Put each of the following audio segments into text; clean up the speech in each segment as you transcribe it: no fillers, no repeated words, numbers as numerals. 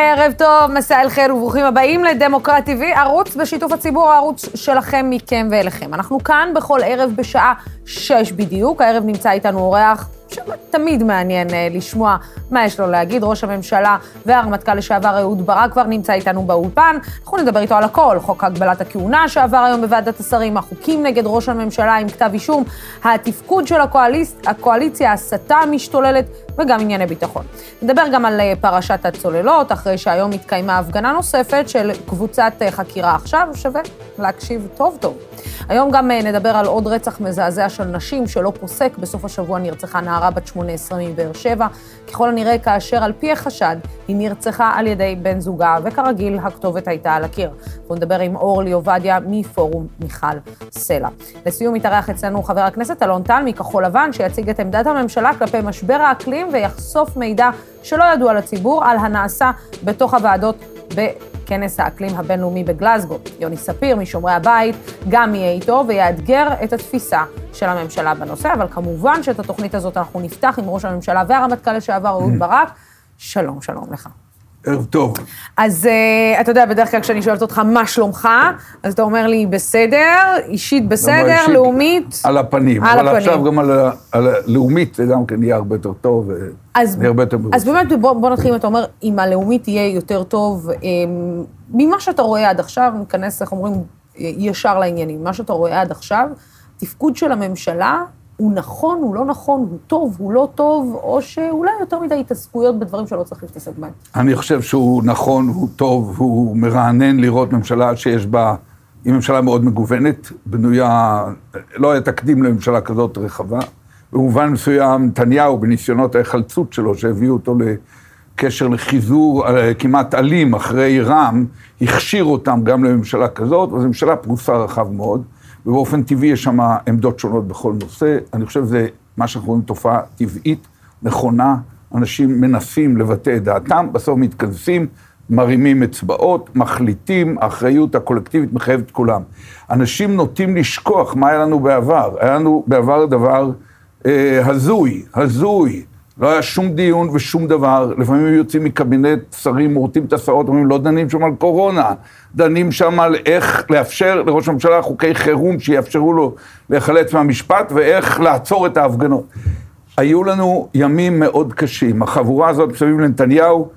ערב טוב, מסע אל חיר וברוכים הבאים לדמוקרט TV, ערוץ בשיתוף הציבור, הערוץ שלכם, מכם ואליכם. אנחנו כאן בכל ערב בשעה 6 בדיוק, הערב נמצא איתנו אורח שתמיד מעניין לשמוע מה יש לו להגיד. ראש הממשלה והרמטכ"ל לשעבר אהוד ברק כבר נמצא איתנו באולפן, אנחנו נדבר איתו על הכל, חוק הגבלת הכהונה שעבר היום בוועדת השרים, החוקים נגד ראש הממשלה עם כתב אישום, התפקוד של הקואליציה, הסתה המשתוללת וגם ענייני ביטחון. נדבר גם על פרשת הצוללות, אחרי שהיום התקיימה הפגנה נוספת של קבוצת חקירה עכשיו, שווה להקשיב טוב טוב. היום גם נדבר על עוד רצח מזעזע של נשים שלא פוסק, בסוף השבוע נרצחה נערה בת 18 מבאר שבע, ככל הנראה כאשר על פי החשד היא נרצחה על ידי בן זוגה, וכרגיל הכתובת הייתה על הקיר. בואו נדבר עם אורלי עובדיה מפורום מיכל סלע. לסיום יתארח אצלנו חבר הכנסת אלון טל מכחול לבן, שיציג את עמדת הממשלה כלפי משבר האקלים ויחשוף מידע שלא ידוע לציבור על הנעשה בתוך הוועדות בכנס האקלים הבינלאומי בגלזגו. יוני ספיר משומרי הבית גם יהיה איתו ויאתגר את התפיסה של הממשלה בנושא, אבל כמובן שאת התוכנית הזאת אנחנו נפתח עם ראש הממשלה והרמטכ"ל לשעבר אהוד ברק. שלום, שלום לך. ערב טוב. אז אתה יודע, בדרך כלל כשאני שואלת אותך מה שלומך, אז אתה אומר לי בסדר, אישית בסדר, לאומית. על הפנים, אבל עכשיו גם על לאומית זה גם כן יהיה הרבה יותר טוב והרבה יותר מרוצה. אז באמת בוא נתחיל, אתה אומר, אם הלאומית יהיה יותר טוב, ממה שאתה רואה עד עכשיו, ניכנס, איך אומרים, ישר לעניינים, מה שאתה רואה עד עכשיו, תפקוד של הממשלה, הוא נכון, הוא לא נכון, הוא טוב, הוא לא טוב, או שאולי יותר מדי התעסקויות בדברים שלא צריך להתעסק בהם. אני חושב שהוא נכון, הוא טוב, הוא מרענן לראות ממשלה שיש בה, היא ממשלה מאוד מגוונת, בנויה, לא היה תקדים לממשלה כזאת רחבה, במובן מסוים נתניהו בניסיונות ההיחלצות שלו, שהביאו אותו לקשר לחיזור כמעט אלים אחרי רם, הכשיר אותם גם לממשלה כזאת, וזו ממשלה פרוסה רחב מאוד, ובאופן טבעי יש שם עמדות שונות בכל נושא. אני חושב שזה מה שאנחנו רואים תופעה טבעית, נכונה, אנשים מנסים לבטא את דעתם, בסוף מתכנסים, מרימים אצבעות, מחליטים, האחריות הקולקטיבית מחייבת כולם. אנשים נוטים לשכוח מה היה לנו בעבר. היה לנו בעבר דבר הזוי. לא היה שום דיון ושום דבר, לפעמים יוצאים מקבינט שרים, מורטים את השרות, אומרים, לא דנים שם על קורונה, דנים שם על איך לאפשר לראש הממשלה חוקי חירום שיאפשרו לו להיחלץ מהמשפט, ואיך לעצור את ההפגנות. היו לנו ימים מאוד קשים, החבורה הזאת מסביב לנתניהו,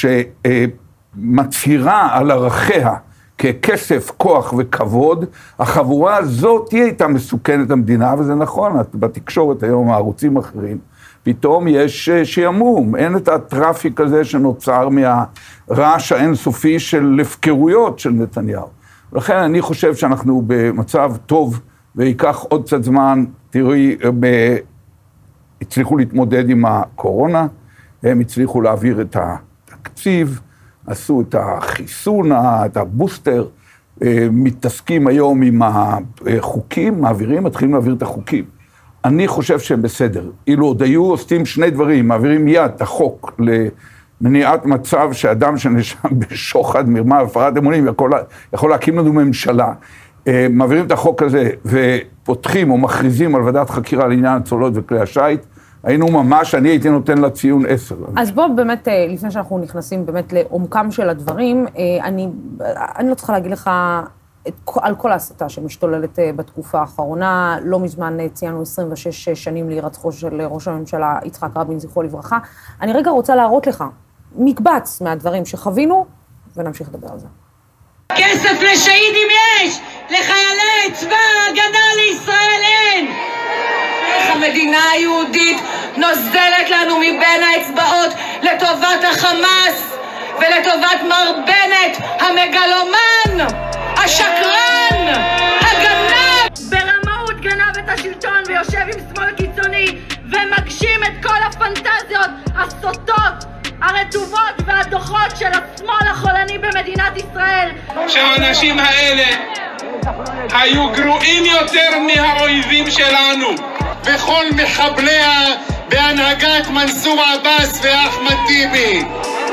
שמצהירה על ערכיה ככסף, כוח וכבוד, החבורה הזאת תהיה איתה מסוכנת המדינה, וזה נכון, בתקשורת היום, הערוצים אחרים, פתאום יש שימום, אין את הטראפיק הזה שנוצר מהרעש האינסופי של הפקרויות של נתניהו. ולכן אני חושב שאנחנו במצב טוב, ויקח עוד קצת זמן, תראי, הצליחו להתמודד עם הקורונה, הם הצליחו להעביר את התקציב, עשו את החיסון, את הבוסטר, מתעסקים היום עם החוקים, מתחילים להעביר את החוקים. אני חושב שהם בסדר. אילו עוד היו עושים שני דברים, מעבירים מיד את החוק למניעת מצב שאדם שנשם בשוחד, מרמה והפרת אמונים, יכול להקים לנו ממשלה. מעבירים את החוק הזה ופותחים או מכריזים על ועדת חקירה לעניין הצוללות וכלי השיט, היינו ממש, אני הייתי נותן לה ציון 10. אז בוא באמת, לפני שאנחנו נכנסים באמת לעומקם של הדברים, אני לא צריכה להגיד לך על כל ההסתה שמשתוללת בתקופה האחרונה. לא מזמן ציינו 26 שנים להירצחו של ראש הממשלה יצחק רבין, זכרו לברכה. אני רגע רוצה להראות לך מקבץ מהדברים שחווינו, ונמשיך לדבר על זה. כסף לשהידים יש, לחיילי צבא ההגנה לישראל אין. איך המדינה היהודית נוזלת לנו מבין האצבעות לטובת החמאס ולטובת מר בנט המגלומן, השקרן, הגנב. ברמאות גנב את השלטון ויושב עם שמאל קיצוני ומגשים את כל הפנטזיות הסוטות, הרטובות והדוחות של השמאל החולני במדינת ישראל. שהאנשים האלה היו גרועים יותר מהאויבים שלנו, וכל מחבליה בהנהגת מנסור עבאס ואחמד טיבי.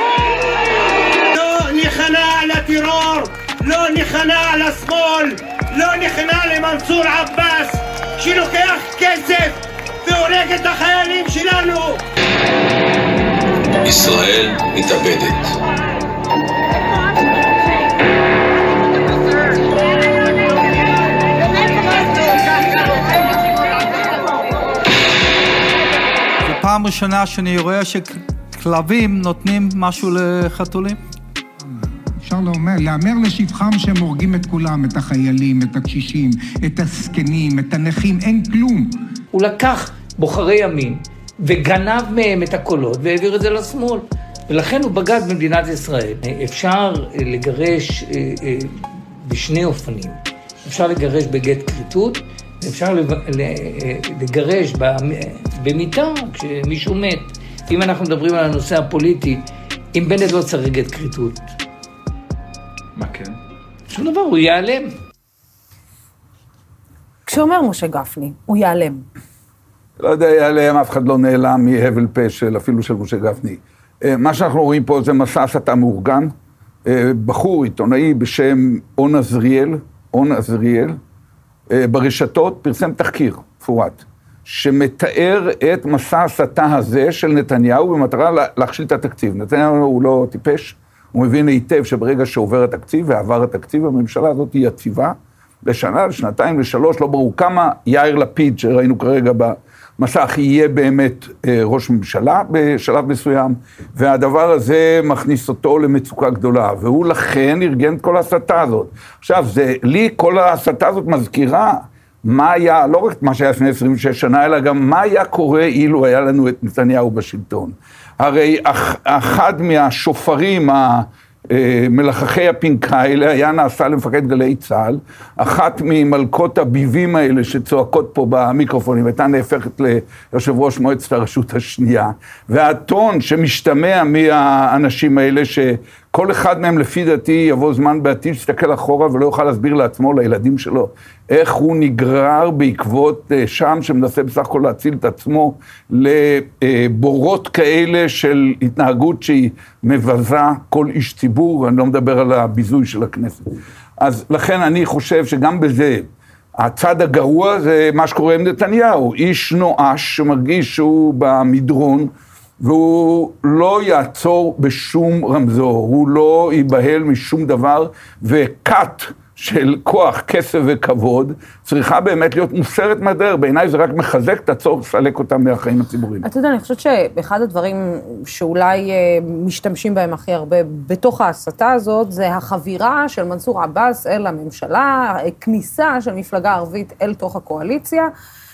לא נכנע לטרור, לא נכנע לשמאל, לא נכנע למנסור עבאס שלוקח כסף והורג את החיילים שלנו. ישראל מתאבדת. ראשונה שאני רואה שכלבים נותנים משהו לחתולים. אפשר לאמר לשבחם שהם הורגים את כולם, את החיילים, את הקשישים, את הזקנים, את הנכים, אין כלום. הוא לקח בוחרי ימין וגנב מהם את הקולות והעביר את זה לשמאל. ולכן הוא בגד במדינת ישראל. אפשר לגרש בשני אופנים. אפשר לגרש בגט כריתות, אפשר לגרש במיטה כשמישהו מת. אם אנחנו מדברים על הנושא הפוליטי, אם בנט לא צריך גט כריתות. מה כן? שום דבר, הוא ייעלם. כשאומר משה גפני, הוא ייעלם. לא יודע, ייעלם, אף אחד לא נעלם מהבל פה אפילו של משה גפני. מה שאנחנו רואים פה זה מסע הסתה מאורגן. בחור עיתונאי בשם און עזריאל, ברשתות פרסם תחקיר מפורט, שמתאר את מסע הסתה הזה של נתניהו במטרה להכשיל את התקציב. נתניהו הוא לא טיפש, הוא מבין היטב שברגע שעובר התקציב ועבר התקציב, הממשלה הזאת היא יציבה לשנה, לשנתיים, לשלוש, לא ברור כמה. יאיר לפיד שראינו כרגע במסך יהיה באמת ראש ממשלה בשלב מסוים, והדבר הזה מכניס אותו למצוקה גדולה, והוא לכן ארגן את כל ההסתה הזאת. עכשיו, לי כל ההסתה הזאת מזכירה מה היה, לא רק מה שהיה לפני 26 שנה, אלא גם מה היה קורה אילו היה לנו את נתניהו בשלטון. הרי אחד מהשופרים מלחכי הפנקה האלה היה נעשה למפקד גלי צה"ל, אחת ממלכות הביבים האלה שצועקות פה במיקרופונים, הייתה נהפכת ליושב ראש מועצת הרשות השנייה, והטון שמשתמע מהאנשים האלה, שכל אחד מהם לפי דעתי יבוא זמן בעתיד, שתסתכל אחורה ולא יוכל להסביר לעצמו, לילדים שלו, איך הוא נגרר בעקבות שם שמנסה בסך הכל להציל את עצמו לבורות כאלה של התנהגות שהיא מבזה כל איש ציבור, אני לא מדבר על הביזוי של הכנסת. אז לכן אני חושב שגם בזה, הצד הגרוע זה מה שקורה עם נתניהו, איש נואש שמרגיש שהוא במדרון, והוא לא יעצור בשום רמזור, הוא לא ייבהל משום דבר, וכת של כוח, כסף וכבוד, צריכה באמת להיות מוסרת מהדרך. בעיניי זה רק מחזק את הצורך לסלק אותם מהחיים הציבוריים. אתה יודע, אני חושבת שאחד הדברים שאולי משתמשים בהם הכי הרבה בתוך ההסתה הזאת, זה החבירה של מנסור עבאס אל הממשלה, כניסה של מפלגה ערבית אל תוך הקואליציה,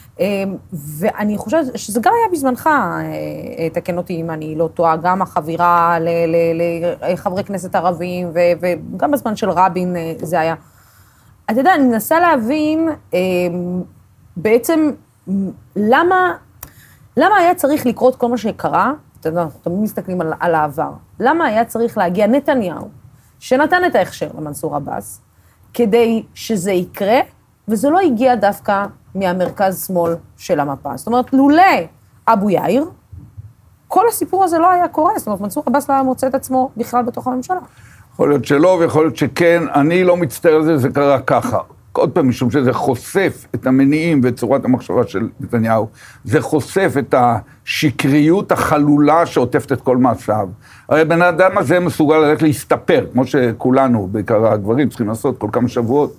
ואני חושבת שזה גם היה בזמנך, תקן אותי אם אני לא טועה, גם החבירה לחברי כנסת ערבים, וגם בזמן של רבין זה היה. אתה יודע, אני מנסה להבין בעצם למה היה צריך לקרות כל מה שקרה, אתה יודע, אנחנו תמיד מסתכלים על העבר, למה היה צריך להגיע נתניהו, שנתן את ההכשר למנסור עבאס, כדי שזה יקרה, וזה לא הגיע דווקא מהמרכז שמאל של המפה. זאת אומרת, לולא אבו יאיר, כל הסיפור הזה לא היה קורה, זאת אומרת, מנסור עבאס לא היה מוצא את עצמו בכלל בתוך הממשלה. יכול להיות שלא, ויכול להיות שכן, אני לא מצטער על זה, זה קרה ככה. עוד פעם, משום שזה חושף את המניעים ואת צורת המחשבה של נתניהו, זה חושף את השקריות החלולה שעוטפת את כל מעשיו. הרי בן האדם הזה מסוגל ללכת להסתפר, כמו שכולנו, בעיקר הגברים, צריכים לעשות כל כמה שבועות,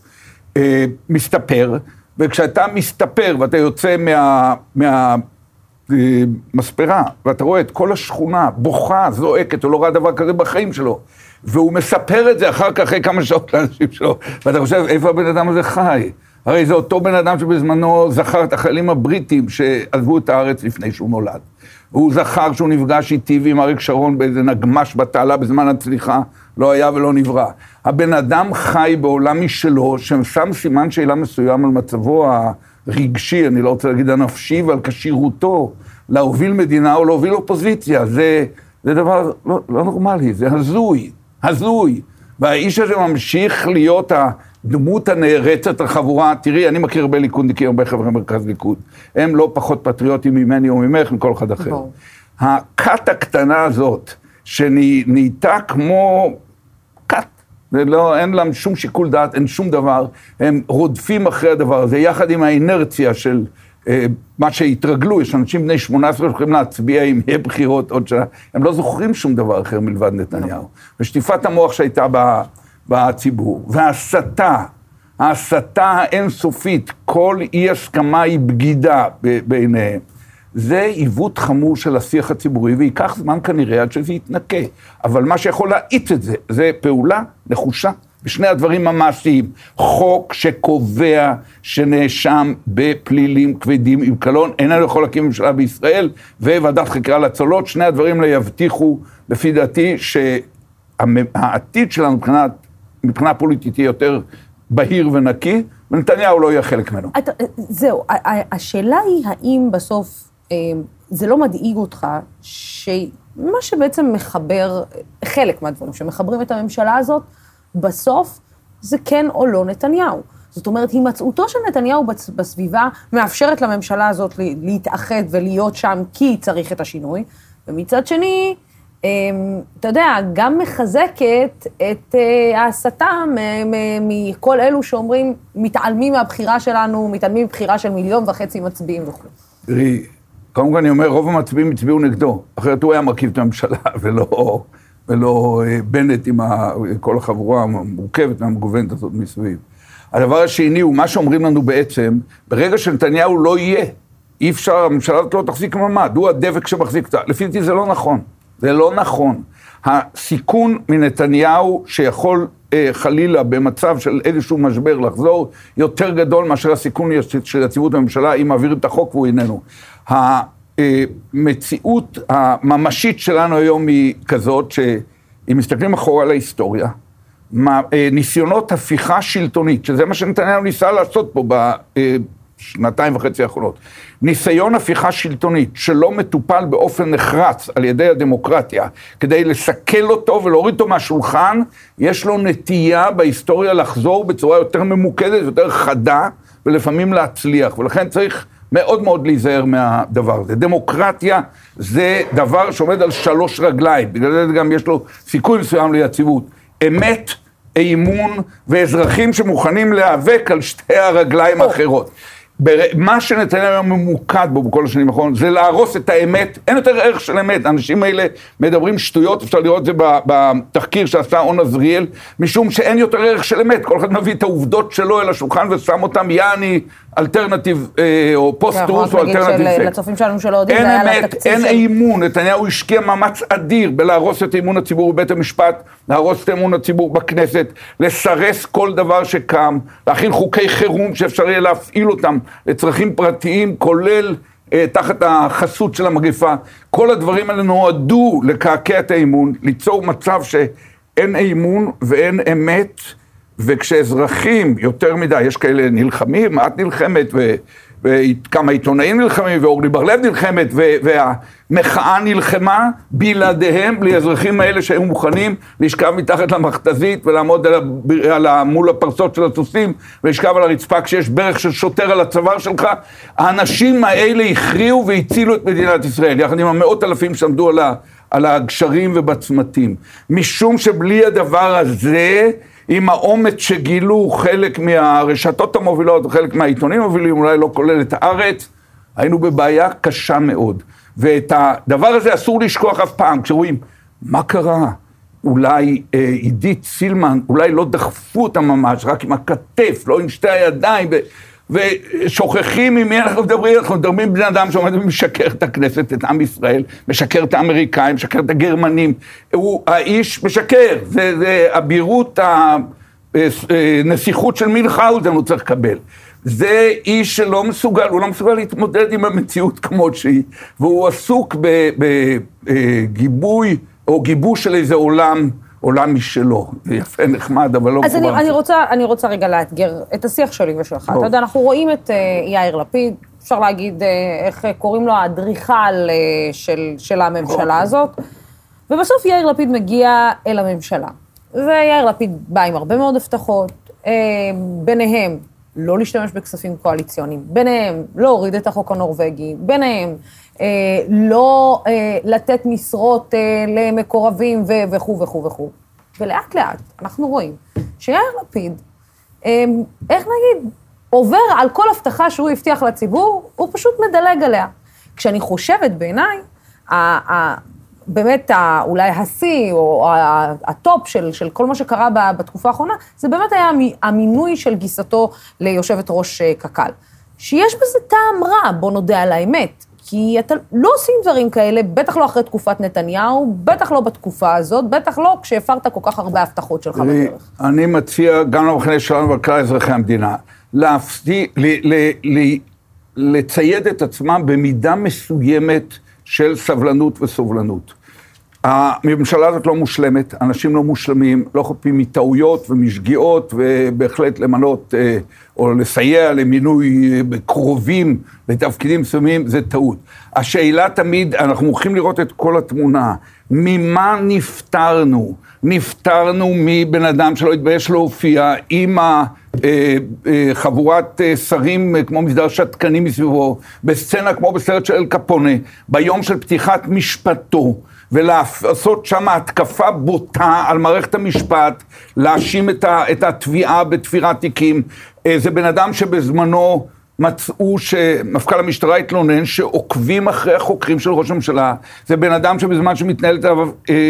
מסתפר, וכשאתה מסתפר ואתה יוצא מהמספרה, ואתה רואה את כל השכונה בוכה, זועקת, הוא לא ראה דבר כזה בחיים שלו, והוא מספר את זה אחר כך, אחרי כמה שעות לאנשים שלו, ואתה חושב, איפה הבן אדם הזה חי? הרי זה אותו בן אדם שבזמנו זכר את החיילים הבריטים שעזבו את הארץ לפני שהוא נולד. הוא זכר שהוא נפגש איתי ועם אריק שרון באיזה נגמש בתעלה בזמן הצליחה, לא היה ולא נברא. הבן אדם חי בעולם משלו, ששם סימן שאלה מסוים על מצבו הרגשי, אני לא רוצה להגיד הנפשי, ועל כשירותו להוביל מדינה או להוביל אופוזיציה. זה דבר לא נורמלי, זה הזוי. והאיש הזה ממשיך להיות הדמות הנערצת החבורה. תראי, אני מכיר הרבה ליכודניקים, הרבה חברי מרכז ליכוד. הם לא פחות פטריוטים ממני או ממך, מכל אחד אחר. הכת הקטנה הזאת, שנהייתה כמו כת, אין להם שום שיקול דעת, אין שום דבר, הם רודפים אחרי הדבר הזה, יחד עם האינרציה של מה שהתרגלו, יש אנשים בני 18 שיכולים להצביע עם יהיה בחירות עוד שנה, הם לא זוכרים שום דבר אחר מלבד נתניהו. ושטיפת המוח שהייתה בציבור, ההסתה האינסופית, כל אי הסכמה היא בגידה בעיניהם. זה עיוות חמור של השיח הציבורי, ויקח זמן כנראה עד שזה יתנקה. אבל מה שיכול להאיץ את זה, זה פעולה נחושה בשני הדברים המעשיים. חוק שקובע שנאשם בפלילים כבדים עם קלון, איננו יכול להקים ממשלה בישראל, וועדת חקירה להצלות, שני הדברים לא יבטיחו, לפי דעתי, שהעתיד שלנו מבחינה פוליטית יהיה יותר בהיר ונקי, ונתניהו לא יהיה חלק ממנו. זהו, השאלה היא האם בסוף זה לא מדאיג אותך שמה שבעצם מחבר, חלק מהדברים שמחברים את הממשלה הזאת, בסוף זה כן או לא נתניהו. זאת אומרת, הימצאותו של נתניהו בסביבה מאפשרת לממשלה הזאת להתאחד ולהיות שם כי צריך את השינוי, ומצד שני, אתה יודע, גם מחזקת את ההסתה מכל אלו שאומרים, מתעלמים מהבחירה שלנו, מתעלמים מבחירה של 1.5 מיליון מצביעים וכו'. תראי, קודם כל אני אומר, רוב המצביעים הצביעו נגדו, אחרת הוא היה מרכיב את הממשלה, ולא בנט עם כל החבורה המורכבת והמגוונת הזאת מסביב. הדבר השני הוא, מה שאומרים לנו בעצם, ברגע שנתניהו לא יהיה, אי אפשר, הממשלה לא תחזיק ממד, הוא הדבק שמחזיק אותה. לפי דעתי זה לא נכון. זה לא נכון. הסיכון מנתניהו שיכול חלילה במצב של איזשהו משבר לחזור, יותר גדול מאשר הסיכון של יציבות הממשלה, אם מעבירים את החוק והוא איננו. המציאות הממשית שלנו היום היא כזאת, שאם מסתכלים אחורה על ההיסטוריה, ניסיונות הפיכה שלטונית, שזה מה שנתניהו ניסה לעשות פה בשנתיים וחצי האחרונות, ניסיון הפיכה שלטונית שלא מטופל באופן נחרץ על ידי הדמוקרטיה, כדי לסכל אותו ולהוריד אותו מהשולחן, יש לו נטייה בהיסטוריה לחזור בצורה יותר ממוקדת, יותר חדה, ולפעמים להצליח, ולכן צריך מאוד מאוד להיזהר מהדבר הזה. דמוקרטיה זה דבר שעומד על 3 רגליים, בגלל זה גם יש לו סיכוי מסוים ליציבות. אמת, אמון ואזרחים שמוכנים להיאבק על שתי הרגליים האחרות. מה שנתניהו ממוקד בו בכל השנים האחרונות, זה להרוס את האמת, אין יותר ערך של אמת, האנשים האלה מדברים שטויות, אפשר לראות את זה בתחקיר שעשה און עזריאל, משום שאין יותר ערך של אמת, כל אחד מביא את העובדות שלו אל השולחן ושם אותם, יעני אלטרנטיב או פוסט-טרוס או אלטרנטיב פקט. לצופים שלנו שלא יודעים, זה היה לתקציב אין אמון, נתניהו השקיע מאמץ אדיר בלהרוס את אמון הציבור בבית המשפט, להרוס את אמון הציבור בכנסת, לסרס כל דבר שקם, להכין חוקי חירום שאפשר יהיה להפעיל אותם לצרכים פרטיים, כולל תחת החסות של המגפה. כל הדברים האלה נועדו לקעקע את האמון, ליצור מצב שאין אמון ואין אמת, וכשאזרחים יותר מדי, יש כאלה נלחמים, את נלחמת, וכמה עיתונאים נלחמים, ואורלי בר-לב נלחמת, והמחאה נלחמה בלעדיהם, בלי האזרחים האלה שהיו מוכנים לשכב מתחת למכתזית, ולעמוד מול הפרסות של הסוסים, ולשכב על הרצפה כשיש ברך של שוטר על הצוואר שלך. האנשים האלה הכריעו והצילו את מדינת ישראל, יחד עם 100,000 שעמדו על הגשרים ובצמתים. משום שבלי הדבר הזה, עם האומץ שגילו חלק מהרשתות המובילות וחלק מהעיתונים המובילים, אולי לא כולל את הארץ, היינו בבעיה קשה מאוד. ואת הדבר הזה אסור לשכוח אף פעם, כשרואים מה קרה, אולי עידית סילמן, אולי לא דחפו אותה ממש, רק עם הכתף, לא עם שתי הידיים, ושוכחים ממי אנחנו מדברים בני אדם שעומד ומשקר את הכנסת, את עם ישראל, משקר את האמריקאים, משקר את הגרמנים, האיש משקר, זה הבירות, הנסיכות של מינכהאוזן הוא צריך לקבל. זה איש שלא מסוגל, הוא לא מסוגל להתמודד עם המציאות כמות שהיא, והוא עסוק בגיבוי או גיבוש של איזה עולם משלו, זה יפה נחמד, אבל לא... אז אני רוצה רגע לאתגר את השיח שלי ושלך. אתה יודע, אנחנו רואים את יאיר לפיד, אפשר להגיד איך קוראים לו האדריכל של הממשלה הזאת, ובסוף יאיר לפיד מגיע אל הממשלה. ויאיר לפיד בא עם הרבה מאוד הבטחות, ביניהם לא להשתמש בכספים קואליציוניים, ביניהם לא הוריד את החוק הנורווגי, ביניהם לא לתת משרות למקורבים וכו' וכו' וכו'. ולאט לאט אנחנו רואים שיאיר לפיד, איך נגיד, עובר על כל הבטחה שהוא הבטיח לציבור, הוא פשוט מדלג עליה. כשאני חושבת בעיניי, באמת אולי השיא או הטופ של כל מה שקרה בתקופה האחרונה, זה באמת היה המינוי של גיסתו ליושבת ראש קק"ל. שיש בזה טעם רע, בוא נודה על האמת. כי אתה לא עושים דברים כאלה, בטח לא אחרי תקופת נתניהו, בטח לא בתקופה הזאת, בטח לא כשהפרת כל כך הרבה הבטחות שלך בדרך. אני מציע גם למחנה שלנו וכלל אזרחי המדינה, לצייד את עצמם במידה מסוימת של סבלנות וסובלנות. הממשלה הזאת לא מושלמת, אנשים לא מושלמים, לא חופים מטעויות ומשגיאות, ובהחלט למנות או לסייע למינוי קרובים לתפקידים מסוימים, זה טעות. השאלה תמיד, אנחנו מוכרחים לראות את כל התמונה, ממה נפטרנו? נפטרנו מבן אדם שלא התבייש להופיע עם חבורת שרים כמו מסדר שתקנים מסביבו, בסצנה כמו בסרט של אל קפונה, ביום של פתיחת משפטו, ולעשות שם התקפה בוטה על מערכת המשפט, להאשים את התביעה בתפירת תיקים. זה בן אדם שבזמנו מצאו שמפכ"ל המשטרה התלונן שעוקבים אחרי החוקרים של ראש הממשלה. זה בן אדם שבזמן שמתנהלת עליו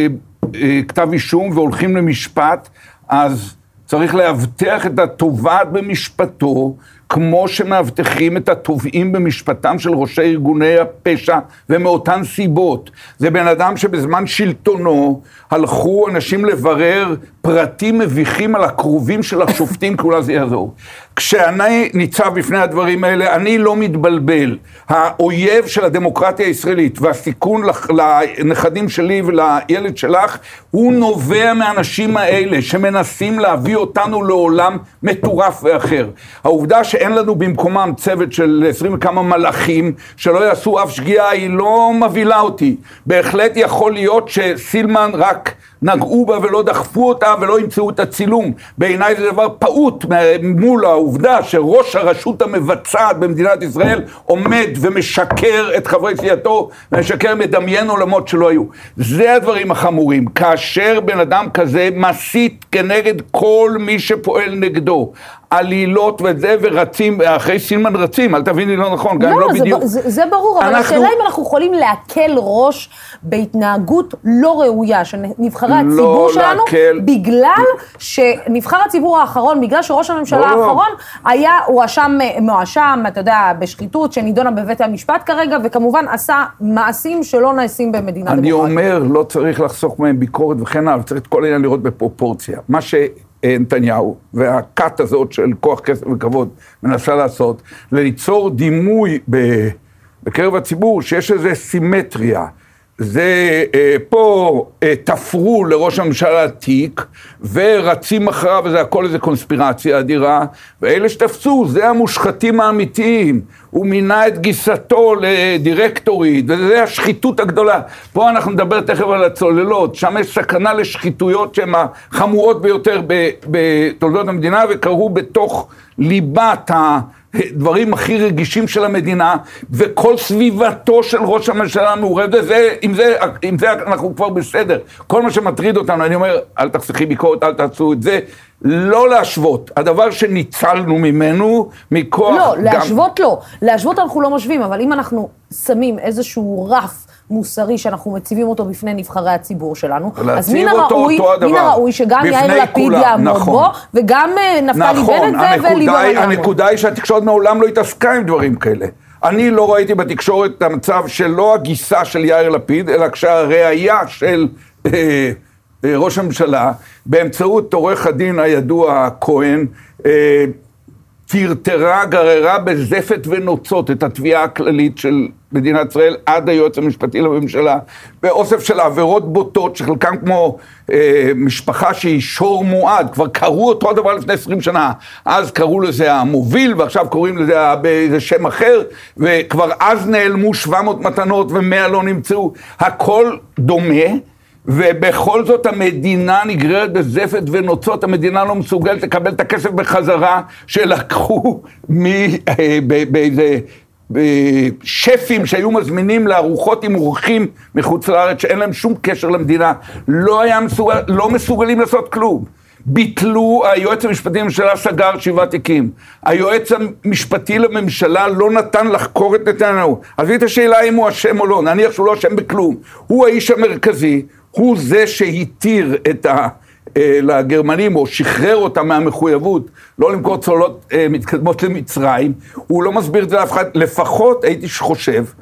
כתב אישום והולכים למשפט, אז צריך להבטח את התובעת במשפטו, כמו שמאבטחים את התובעים במשפטם של ראשי ארגוני הפשע, ומאותן סיבות. זה בן אדם שבזמן שלטונו הלכו אנשים לברר פרטים מביכים על הקרובים של השופטים, כי אולי זה יעזור. כשאני ניצב בפני הדברים האלה, אני לא מתבלבל. האויב של הדמוקרטיה הישראלית והסיכון לנכדים שלי ולילד שלך, הוא נובע מהאנשים האלה שמנסים להביא אותנו לעולם מטורף ואחר. העובדה שאין לנו במקומם צוות של 20 וכמה מלאכים שלא יעשו אף שגיאה, היא לא מבילה אותי. בהחלט יכול להיות שסילמן רק נגעו בה ולא דחפו אותה ולא ימצאו את הצילום. בעיניי זה דבר פעוט מול העובדה שראש הרשות המבצעת במדינת ישראל עומד ומשקר את חברי סיעתו, ומשקר מדמיין עולמות שלא היו. זה הדברים החמורים. כאשר בן אדם כזה מסית כנגד כל מי שפועל נגדו, עלילות וזה, ורצים, אחרי סילמן רצים, אל תביני לא נכון, גם לא בדיוק. זה ברור, אבל השאלה אם אנחנו יכולים להקל ראש בהתנהגות לא ראויה, שנבחרי הציבור שלנו, בגלל שנבחר הציבור האחרון, בגלל שראש הממשלה האחרון היה, הוא מואשם, אתה יודע, בשחיתות, שנידונה בבית המשפט כרגע, וכמובן עשה מעשים שלא נעשים במדינה דמוקרטית. אני אומר, לא צריך לחסוך מהם ביקורת וכן הלאה, צריך את כל העניין לראות בפרופורציה. מה נתניהו והכת הזאת של כוח, כסף וכבוד מנסה לעשות, ליצור דימוי בקרב הציבור שיש איזו סימטריה. זה פה תפרו לראש הממשלה תיק ורצים אחריו, וזה הכל איזו קונספירציה אדירה, ואלה שתפסו זה המושחתים האמיתיים. הוא מינה את גיסתו לדירקטורית, וזה השחיתות הגדולה. פה אנחנו נדבר תכף על הצוללות, שם יש סכנה לשחיתויות שהן החמורות ביותר בתולדות המדינה, וקרו בתוך ליבת הדברים הכי רגישים של המדינה, וכל סביבתו של ראש הממשלה מעורב. עם זה אנחנו כבר בסדר. כל מה שמטריד אותנו, אני אומר, אל תחסכי ביקורת, אל תעשו את זה, לא להשוות. הדבר שניצלנו ממנו, מכוח... לא, להשוות לא. להשוות אנחנו לא משווים, אבל אם אנחנו שמים איזשהו רף מוסרי שאנחנו מציבים אותו בפני נבחרי הציבור שלנו, אז מן הראוי שגם יאיר לפיד יעמוד בו, וגם נפתלי בנט וליברמן יעמוד. הנקודה היא שהתקשורת מעולם לא התעסקה עם דברים כאלה. אני לא ראיתי בתקשורת את המצב שלא הגיסה של יאיר לפיד, אלא כשהראייה של ראש הממשלה, באמצעות עורך הדין הידוע כהן, טרטרה, גררה בזפת ונוצות את התביעה הכללית של מדינת ישראל עד היועץ המשפטי לממשלה, באוסף של עבירות בוטות, שחלקם כמו משפחה שהיא שור מועד, כבר קראו אותו הדבר לפני 20 שנה, אז קראו לזה המוביל, ועכשיו קוראים לזה באיזה שם אחר, וכבר אז נעלמו 700 מתנות ו100 לא נמצאו, הכל דומה, ובכל זאת המדינה נגררת בזפת ונוצות, המדינה לא מסוגלת לקבל את הכסף בחזרה שלקחו באיזה שפים שהיו מזמינים לארוחות עם אורחים מחוץ לארץ שאין להם שום קשר למדינה, לא מסוגלים לעשות כלום. ביטלו, היועץ המשפטי לממשלה סגר 7 תיקים. היועץ המשפטי לממשלה לא נתן לחקור את נתניהו. אז את השאלה אם הוא אשם או לא, נניח שהוא לא אשם בכלום. הוא האיש המרכזי, הוא זה שהתיר לגרמנים, או שחרר אותם מהמחויבות, לא למכור צוללות מתקדמות למצרים. הוא לא מסביר את זה לאף אחד. לפחות הייתי חושב,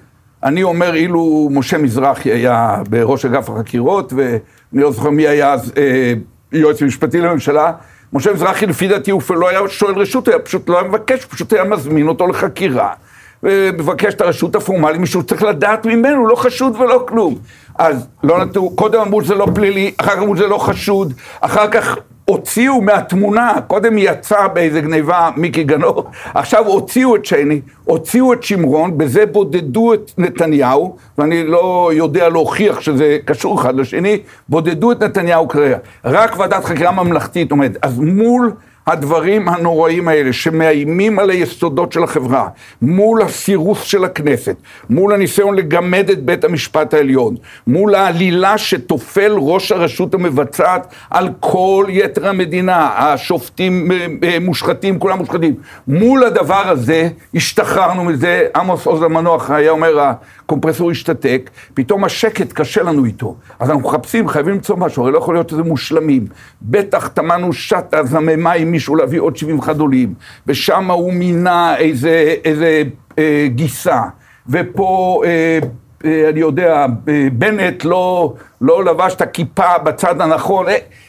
אני אומר, אילו משה מזרחי היה בראש אגף החקירות, ואני לא זוכר מי היה אז יועץ משפטי לממשלה, משה מזרחי לפי דעתי הוא לא היה שואל רשות, היה פשוט לא היה מבקש, פשוט היה מזמין אותו לחקירה, ומבקש את הרשות הפורמלית, מישהו צריך לדעת ממנו, לא חשוד ולא כלום. אז לא נתנו, קודם אמרו שזה לא פלילי, אחר כך אמרו שזה לא חשוד, אחר כך הוציאו מהתמונה, קודם יצא באיזה גניבה מיקי גנור, עכשיו הוציאו את שני, הוציאו את שמרון, בזה בודדו את נתניהו, ואני לא יודע להוכיח שזה קשור אחד לשני, בודדו את נתניהו כרגע. רק ועדת חקירה ממלכתית עומד. אז מול הדברים הנוראים האלה שמאיימים על היסודות של החברה, מול הסירוס של הכנסת, מול הניסיון לגמד את בית המשפט העליון, מול העלילה שתופל ראש הרשות המבצעת על כל יתר המדינה, השופטים מושחתים, כולם מושחתים. מול הדבר הזה השתחררנו מזה, עמוס עוז המנוח היה אומר, הקומפרסור השתתק, פתאום השקט קשה לנו איתו. אז אנחנו מחפשים, חייבים למצוא משהו, הרי לא יכול להיות שזה מושלמים. בטח תמנו שטה זממה עם מישהו להביא עוד 71 עולים, ושם הוא מינה איזה גיסה, ופה אני יודע, בנט לא לבש את הכיפה בצד הנכון,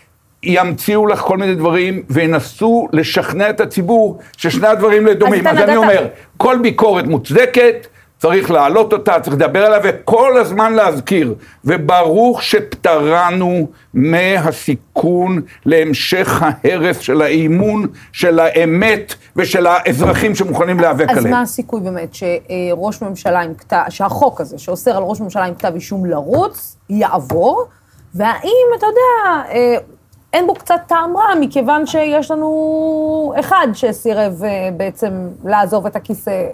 ימציאו לך כל מיני דברים, וינסו לשכנע את הציבור ששני הדברים לדומים. אז אני אומר, כל ביקורת מוצדקת, צריך להעלות אותה, צריך לדבר עליה, וכל הזמן להזכיר, וברוך שפטרנו מהסיכון להמשך ההרס של האימון, של האמת, ושל האזרחים שמוכנים להיאבק עליהם. אז מה הסיכוי באמת שראש ממשלה עם כתב, שהחוק הזה שאוסר על ראש ממשלה עם כתב אישום לרוץ, יעבור, והאם, אתה יודע, אין בו קצת טעם רע, מכיוון שיש לנו אחד שסירב בעצם לעזוב את הכיסא,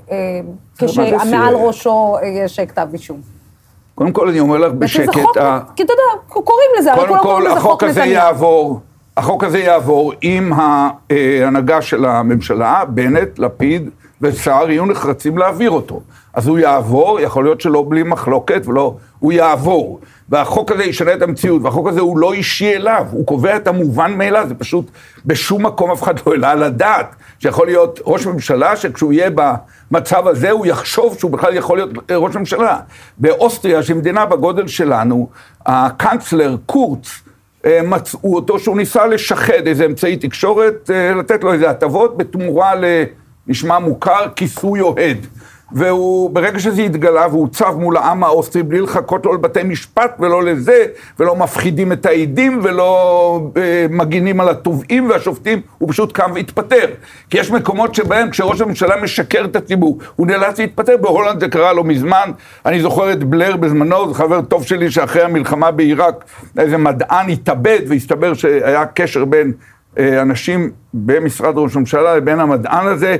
כשמעל ראשו יש כתב אישום. קודם כל אני אומר לך בשקט, כי אתה יודע, קוראים לזה, אבל כולם קוראים לזה חוק נתניהו. החוק הזה יעבור עם ההנהגה של הממשלה, בנט, לפיד וסער יהיו נחרצים להעביר אותו. אז הוא יעבור, יכול להיות שלא בלי מחלוקת, הוא יעבור. והחוק הזה ישנה את המציאות, והחוק הזה הוא לא אישי אליו, הוא קובע את המובן מאליו, זה פשוט בשום מקום אף אחד לא העלה על הדעת, שיכול להיות ראש ממשלה שכשהוא יהיה במצב הזה, הוא יחשוב שהוא בכלל יכול להיות ראש ממשלה. באוסטריה, שהיא מדינה בגודל שלנו, הקנצלר קורץ, מצאו אותו שהוא ניסה לשחד איזה אמצעי תקשורת, לתת לו איזה הטבות בתמורה לנשמע מוכר, כיסוי אוהד. והוא, ברגע שזה התגלה, והוא צב מול העם האוסטרי, בלי לחכות לו לבתי משפט, ולא לזה, ולא מפחידים את העדים, ולא מגינים על התובעים והשופטים, הוא פשוט קם והתפטר. כי יש מקומות שבהם, כשראש הממשלה משקר את הציבור, הוא נאלץ להתפטר, בהולנד זה קרה לו מזמן, אני זוכר את בלר בזמנו, זה חבר טוב שלי, שאחרי המלחמה בעיראק, איזה מדען התאבד, והסתבר שהיה קשר בין אנשים במשרד ראש הממשלה, לבין המדען הזה,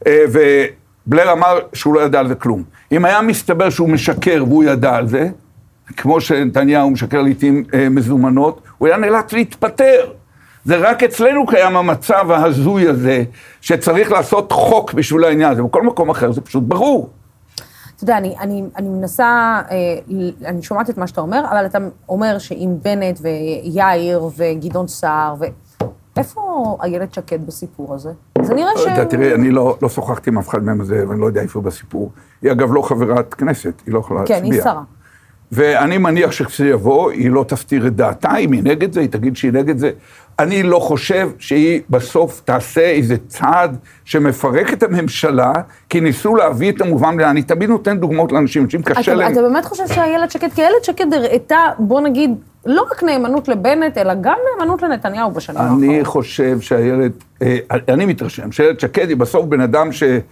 בלר אמר שהוא לא ידע על זה כלום. אם היה מסתבר שהוא משקר והוא ידע על זה, כמו שנתניהו משקר לעתים מזומנות, הוא היה נאלץ להתפטר. זה רק אצלנו קיים המצב ההזוי הזה, שצריך לעשות חוק בשביל העניין הזה, בכל מקום אחר זה פשוט ברור. אתה יודע, אני מנסה, אני שומעת את מה שאתה אומר, אבל אתה אומר שעם בנט ויאיר וגדעון סער איפה איילת שקד בסיפור הזה? זה נראה ש... תראי, אני לא שוחחתי עם אף אחד מהם הזה, ואני לא יודע איפה בסיפור. היא אגב לא חברת כנסת, היא לא יכולה להצביע. כן, היא שרה. ואני מניח שכשזה יבוא, היא לא תסתיר את דעתה, אם היא נגד זה, היא תגיד שהיא נגד זה. אני לא חושב שהיא בסוף תעשה איזה צעד שמפרק את הממשלה, כי ניסו להביא את המובן, אני תמיד נותן דוגמאות לאנשים, אנשים קשה להם. אתה באמת חושב שאיילת שקד, כי איילת שקד הראתה, בוא נגיד, לא רק נאמנות לבנט, אלא גם נאמנות לנתניהו בשנים האחרונות. אני חושב שהילד, אני מתרשם, שאילת שקד היא בסוף בן אדם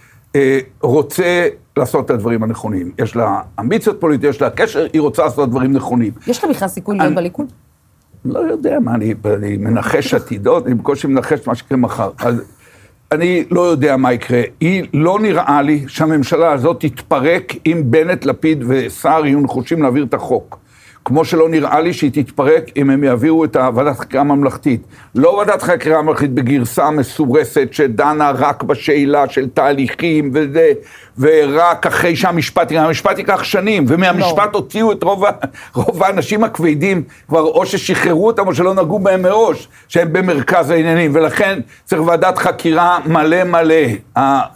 שרוצה לעשות את הדברים הנכונים. יש לה אמביציות פוליטיות, יש לה קשר, היא רוצה לעשות דברים נכונים. יש לה בכלל סיכוי להיות בליכוד? לא יודע מה, אני מנחש עתידות, אני בקושי מנחש מה שקרה מחר. אז אני לא יודע מה יקרה. היא לא נראה לי שהממשלה הזאת תתפרק אם בנט, לפיד וסער יהיו נחושים להעביר את החוק. כמו שלא נראה לי שהיא תתפרק אם הם יעבירו את ועדת חקירה הממלכתית. לא ועדת חקירה הממלכתית בגרסה מסורסת שדנה רק בשאלה של תהליכים וזה, ורק אחרי שהמשפט ייקח שנים, ומהמשפט הוציאו את רוב האנשים הכבדים, כבר או ששחררו אותם או שלא נגעו בהם מראש, שהם במרכז העניינים, ולכן צריך ועדת חקירה מלא.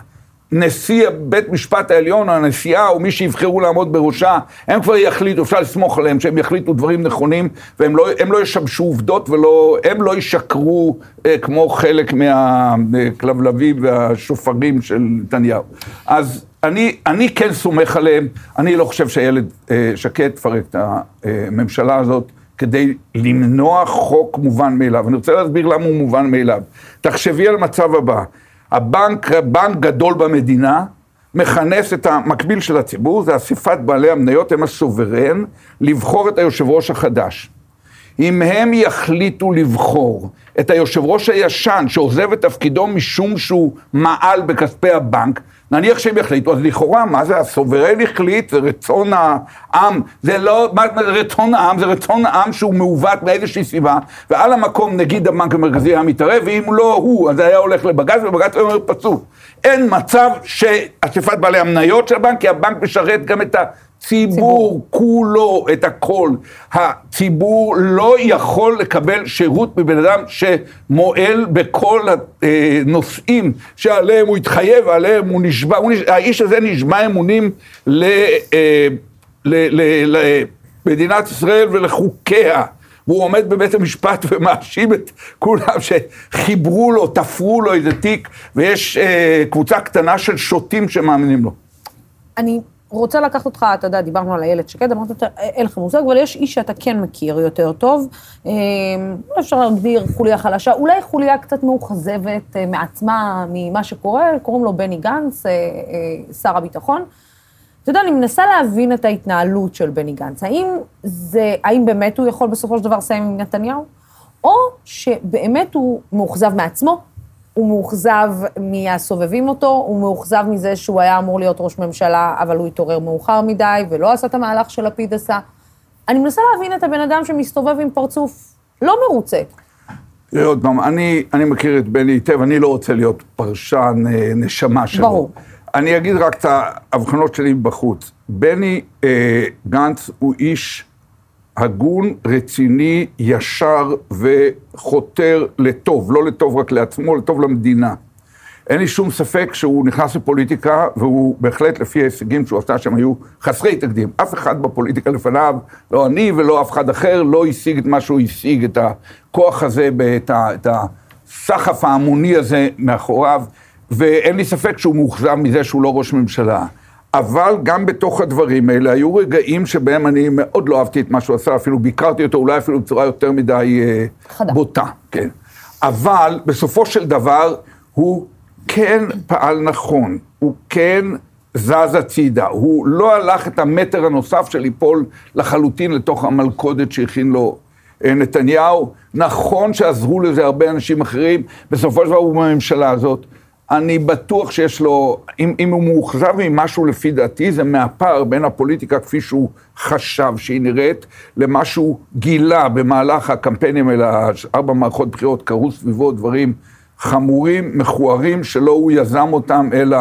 נשיא בית משפט העליון, הנשיאה, או מי שיבחרו לעמוד בראשה, הם כבר יחליטו, אפשר לסמוך עליהם, שהם יחליטו דברים נכונים, והם לא ישבשו עובדות, והם לא ישקרו כמו חלק מהכלבלבים והשופרים של נתניהו. אז אני כן סומך עליהם, אני לא חושב שהילד שקד תפרק את הממשלה הזאת, כדי למנוע חוק מובן מאליו. אני רוצה להסביר למה הוא מובן מאליו. תחשבי על מצב הבא, בנק גדול במדינה, מכנס את המקביל של הציבור, זה אספת בעלי המניות, הם הסוברן, לבחור את היושב ראש החדש. אם הם יחליטו לבחור את היושב ראש הישן, שעוזב את תפקידו משום שהוא מעל בכספי הבנק, נניח שהם יחליטו, אז לכאורה, מה זה? הסוברן החליט, זה רצון העם, זה לא רצון העם, זה רצון העם שהוא מעוות מאיזושהי סיבה, ועל המקום נגיד הבנק המרכזי היה מתערב, ואם לא הוא, אז היה הולך לבג"ץ, ובג"ץ אומר פסול. אין מצב שאספת בעלי המניות של הבנק, כי הבנק משרת גם את הציבור כולו, את הכל. הציבור לא יכול לקבל שירות מבן אדם שמועל בכל הנושאים שעליהם הוא התחייב, עליהם הוא נשבע, האיש הזה נשבע אמונים למדינת ישראל ולחוקיה. והוא עומד בבית המשפט ומאשים את כולם שחיברו לו, תפרו לו איזה תיק, ויש קבוצה קטנה של שוטים שמאמינים לו. אני רוצה לקחת אותך, אתה יודע, דיברנו על הילד שקד, אמרת, אין לך מושג, אבל יש איש שאתה כן מכיר יותר טוב, אפשר להגדיר חוליה חלשה, אולי חוליה קצת מאוכזבת מעצמה, ממה שקורה, קוראים לו בני גנץ, שר הביטחון. אתה יודע, אני מנסה להבין את ההתנהלות של בני גנץ. האם באמת הוא יכול בסופו של דבר לסיים עם נתניהו? או שבאמת הוא מאוכזב מעצמו, הוא מאוכזב מהסובבים אותו, הוא מאוכזב מזה שהוא היה אמור להיות ראש ממשלה, אבל הוא התעורר מאוחר מדי, ולא עשה את המהלך של לפיד עשה. אני מנסה להבין את הבן אדם שמסתובב עם פרצוף לא מרוצה. תראה עוד פעם, אני מכיר את בני היטב, אני לא רוצה להיות פרשן נשמה שלו. ברור. אני אגיד רק את ההבחנות שלי בחוץ. בני גנץ הוא איש הגון, רציני, ישר וחותר לטוב, לא לטוב רק לעצמו, לטוב למדינה. אין לי שום ספק שהוא נכנס לפוליטיקה, והוא בהחלט לפי ההישגים שהוא עשה שהם היו חסרי תקדים. אף אחד בפוליטיקה לפניו, לא אני ולא אף אחד אחר, לא השיג את מה שהוא השיג, את הכוח הזה, את הסחף ההמוני הזה מאחוריו, ואין לי ספק שהוא מאוכזב מזה שהוא לא ראש ממשלה. אבל גם בתוך הדברים האלה היו רגעים שבהם אני מאוד לא אהבתי את מה שהוא עשה, אפילו ביקרתי אותו, אולי אפילו בצורה יותר מדי בוטה. כן. אבל בסופו של דבר הוא כן פעל נכון, הוא כן זז הצידה, הוא לא הלך את המטר הנוסף של ליפול לחלוטין לתוך המלכודת שהכין לו נתניהו. נכון שעזרו לזה הרבה אנשים אחרים, בסופו של דבר הוא בממשלה הזאת. אני בטוח שיש לו, אם הוא מאוכזב ממשהו לפי דעתי, זה מהפער בין הפוליטיקה כפי שהוא חשב שהיא נראית, למה שהוא גילה במהלך הקמפיינים האלה, 4 מערכות בחירות, קרו סביבו דברים חמורים, מכוערים, שלא הוא יזם אותם, אלא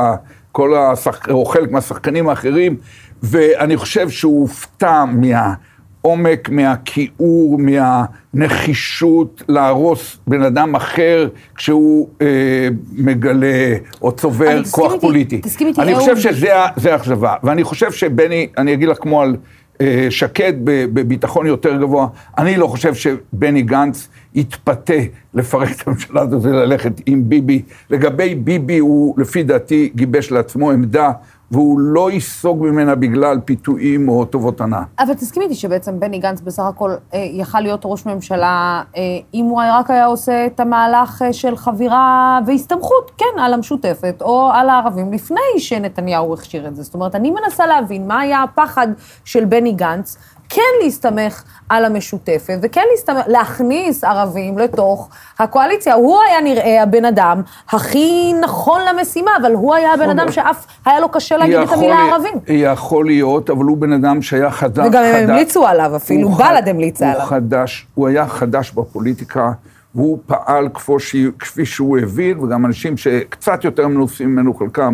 או חלק מהשחקנים האחרים, ואני חושב שהוא הופתע עומק, מהכיעור, מהנחישות להרוס בן אדם אחר כשהוא מגלה או צובר כוח פוליטי. אני חושב שזה אכזבה, ואני חושב שבני, אני אגיד לך כמו על שקד בביטחון יותר גבוה, אני לא חושב שבני גנץ יתפתה לפרק את הממשלה הזאת וללכת עם ביבי. לגבי ביבי הוא לפי דעתי גיבש לעצמו עמדה, והוא לא יסוג ממנה בגלל פיתויים או טובות הנאה. אבל תסכים איתי שבעצם בני גנץ בסך הכל יכל להיות ראש ממשלה, אם הוא רק היה עושה את המהלך של חבירה והסתמכות, כן, על המשותפת או על הערבים, לפני שנתניהו הכשיר את זה. זאת אומרת, אני מנסה להבין מה היה הפחד של בני גנץ, כן להסתמך על המשותפת, וכן להכניס ערבים לתוך הקואליציה. הוא היה נראה הבן אדם הכי נכון למשימה, אבל הוא היה הבן אדם שאף היה לו קשה להגיד את המילה ערבים. יכול להיות, אבל הוא בן אדם שהיה חדש. וגם הם המליצו עליו, אפילו בל"ד המליצה עליו. הוא היה חדש בפוליטיקה, והוא פעל כפי שהוא הבין, וגם אנשים שקצת יותר מנוסים ממנו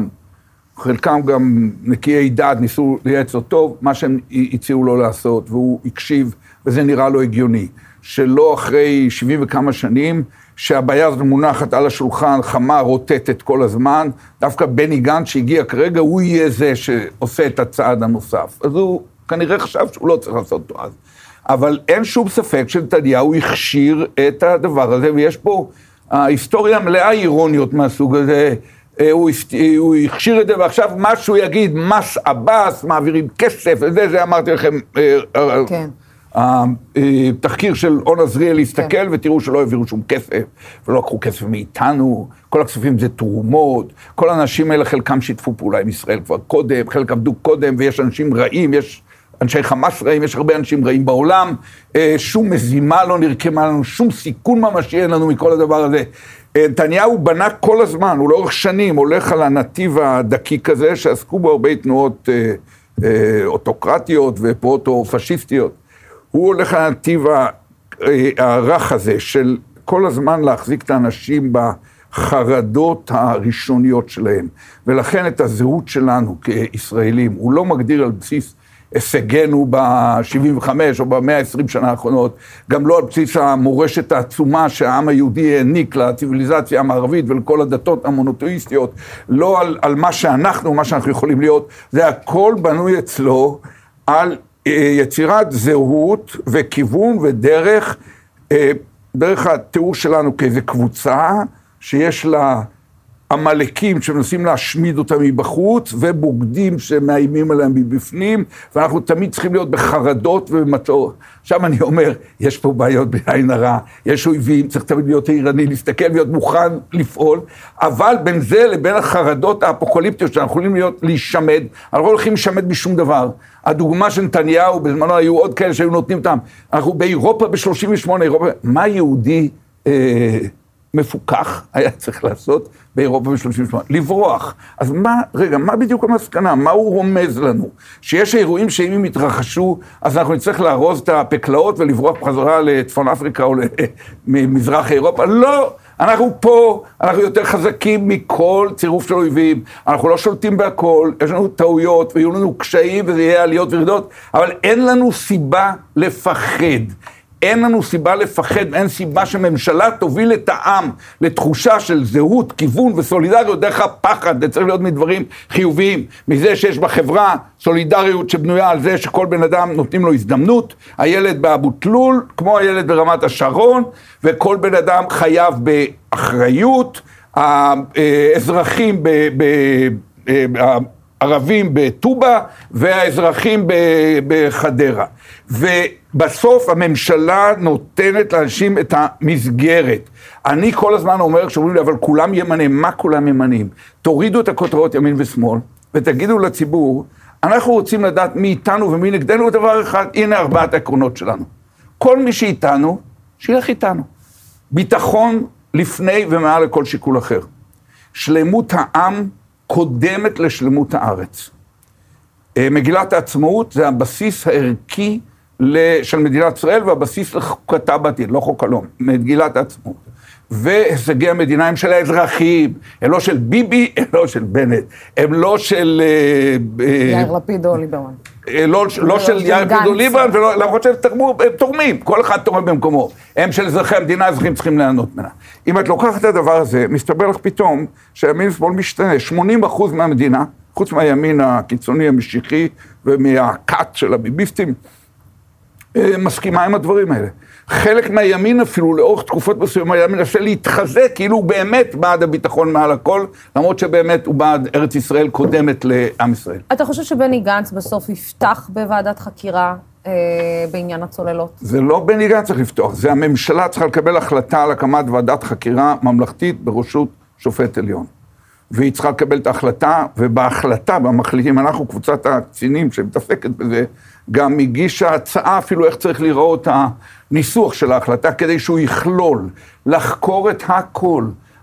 חלקם גם נקיי דעת, ניסו לייעץ לו טוב, מה שהם הציעו לו לעשות, והוא הקשיב, וזה נראה לו הגיוני. שלא אחרי 70 וכמה שנים, שהבעיה הזאת מונחת על השולחן, חמה רוטטת כל הזמן, דווקא בני גנץ שהגיע כרגע, הוא יהיה זה שעושה את הצעד הנוסף. אז הוא כנראה חשב שהוא לא צריך לעשות אותו אז. אבל אין שום ספק שנתניהו הכשיר את הדבר הזה, ויש פה ההיסטוריה מלאה אירוניות מהסוג הזה, הוא הכשיר את זה, ועכשיו מה שהוא יגיד, מס עבאס, מעבירים כסף, זה אמרתי לכם, כן. התחקיר של און עזריאל להסתכל ותראו שלא העבירו שום כסף, ולא לקחו כסף מאיתנו, כל הכספים זה תרומות, כל האנשים האלה חלקם שיתפו פעולה עם ישראל כבר קודם, חלק עבדו קודם, ויש אנשים רעים, יש אנשי חמאס רעים, יש הרבה אנשים רעים בעולם, שום מזימה לא נרקמה לנו, שום סיכון ממשי אין לנו מכל הדבר הזה. נתניהו בנה כל הזמן, הוא לאורך שנים הולך על הנתיב הדקיק הזה, שעסקו בו הרבה תנועות אוטוקרטיות ופרוטו-פשיסטיות. הוא הולך על הנתיב הרך הזה של כל הזמן להחזיק את האנשים בחרדות הראשוניות שלהם, ולכן את הזהות שלנו כישראלים, הוא לא מגדיר על בסיס הישגנו ב-75 או ב-120 שנה האחרונות, גם לא על בסיס המורשת העצומה שהעם היהודי העניק לציביליזציה המערבית ולכל הדתות המונותאיסטיות, לא על מה שאנחנו יכולים להיות, זה הכל בנוי אצלו על יצירת זהות וכיוון ודרך, דרך התיאור שלנו כאיזו קבוצה שיש לה המלאקים שמנסים להשמיד אותם מבחוץ, ובוגדים שמאיימים עליהם מבפנים, ואנחנו תמיד צריכים להיות בחרדות ובמצור. עכשיו אני אומר, יש פה בעיות בעין הרע, יש אויבים, צריך תמיד להיות עירני, להסתכל ולהיות מוכן לפעול, אבל בין זה לבין החרדות האפוקליפטיות שאנחנו יכולים להישמד, אנחנו לא הולכים להישמד בשום דבר. הדוגמה של נתניהו, בזמנו היו עוד כאלה שהיו נותנים אותם, אנחנו באירופה ב-38, מה יהודי מפוקח היה צריך לעשות באירופה ב-38? לברוח. אז מה בדיוק המסקנה? מה הוא רומז לנו? שיש אירועים שאם הם יתרחשו, אז אנחנו נצטרך לארוז את הפקלאות ולברוח בחזרה לצפון אפריקה או למזרח אירופה? לא! אנחנו פה, אנחנו יותר חזקים מכל צירוף של אויבים, אנחנו לא שולטים בהכל, יש לנו טעויות ויהיו לנו קשיים וזה יהיה עליות וירידות, אבל אין לנו סיבה לפחד. אין לנו סיבה לפחד, אין סיבה שממשלה תוביל את העם לתחושה של זהות, כיוון וסולידריות דרך הפחד. זה צריך להיות מדברים חיוביים, מזה שיש בחברה סולידריות שבנויה על זה שכל בן אדם נותנים לו הזדמנות, הילד באבו תלול, כמו הילד ברמת השרון, וכל בן אדם חייב באחריות, האזרחים הערבים בטובה והאזרחים בחדרה. ובסוף הממשלה נותנת לאנשים את המסגרת. אני כל הזמן אומר, כשאומרים לי, אבל כולם ימנים, מה כולם ימנים? תורידו את הכותרות ימין ושמאל, ותגידו לציבור, אנחנו רוצים לדעת מי איתנו ומי נגדנו, דבר אחד, הנה 4 העקרונות שלנו. כל מי שאיתנו, שילך איתנו. ביטחון לפני ומעל לכל שיקול אחר. שלמות העם קודמת לשלמות הארץ. מגילת העצמאות זה הבסיס הערכי של מדינת ישראל, והבסיס לחוקתה בעתיד, לא חוק הלאום, מגילת העצמאות. והישגי המדינה הם של האזרחים, הם לא של ביבי, הם לא של בנט, הם לא של יאיר לפיד או ליברמן. לא של יאיר לפיד או ליברמן, למרות שהם תורמים, כל אחד תורם במקומו. הם של אזרחי המדינה, האזרחים צריכים ליהנות ממנה. אם את לוקחת את הדבר הזה, מסתבר לך פתאום שהימין ושמאל משתנה, 80% מהמדינה, חוץ מהימין הקיצוני המשיחי ומהקאט של הביביסטים, מסכימה עם הדברים האלה. חלק מהימין אפילו לאורך תקופות מסוימות, הימין מנסה להתחזק, כאילו הוא באמת בעד הביטחון מעל הכל, למרות שבאמת הוא בעד ארץ ישראל קודמת לעם ישראל. אתה חושב שבני גנץ בסוף יפתח בוועדת חקירה בעניין הצוללות? זה לא בני גנץ צריך לפתוח, זה הממשלה צריכה לקבל החלטה על הקמת ועדת חקירה ממלכתית בראשות שופט עליון. והיא צריכה לקבל את ההחלטה, ובהחלטה, במחליטים, אנחנו, קבוצת הקצינים שמתעסקת בזה, גם הגישה הצעה אפילו איך צריך לראות הניסוח של ההחלטה, כדי שהוא יכלול, לחקור את הכל.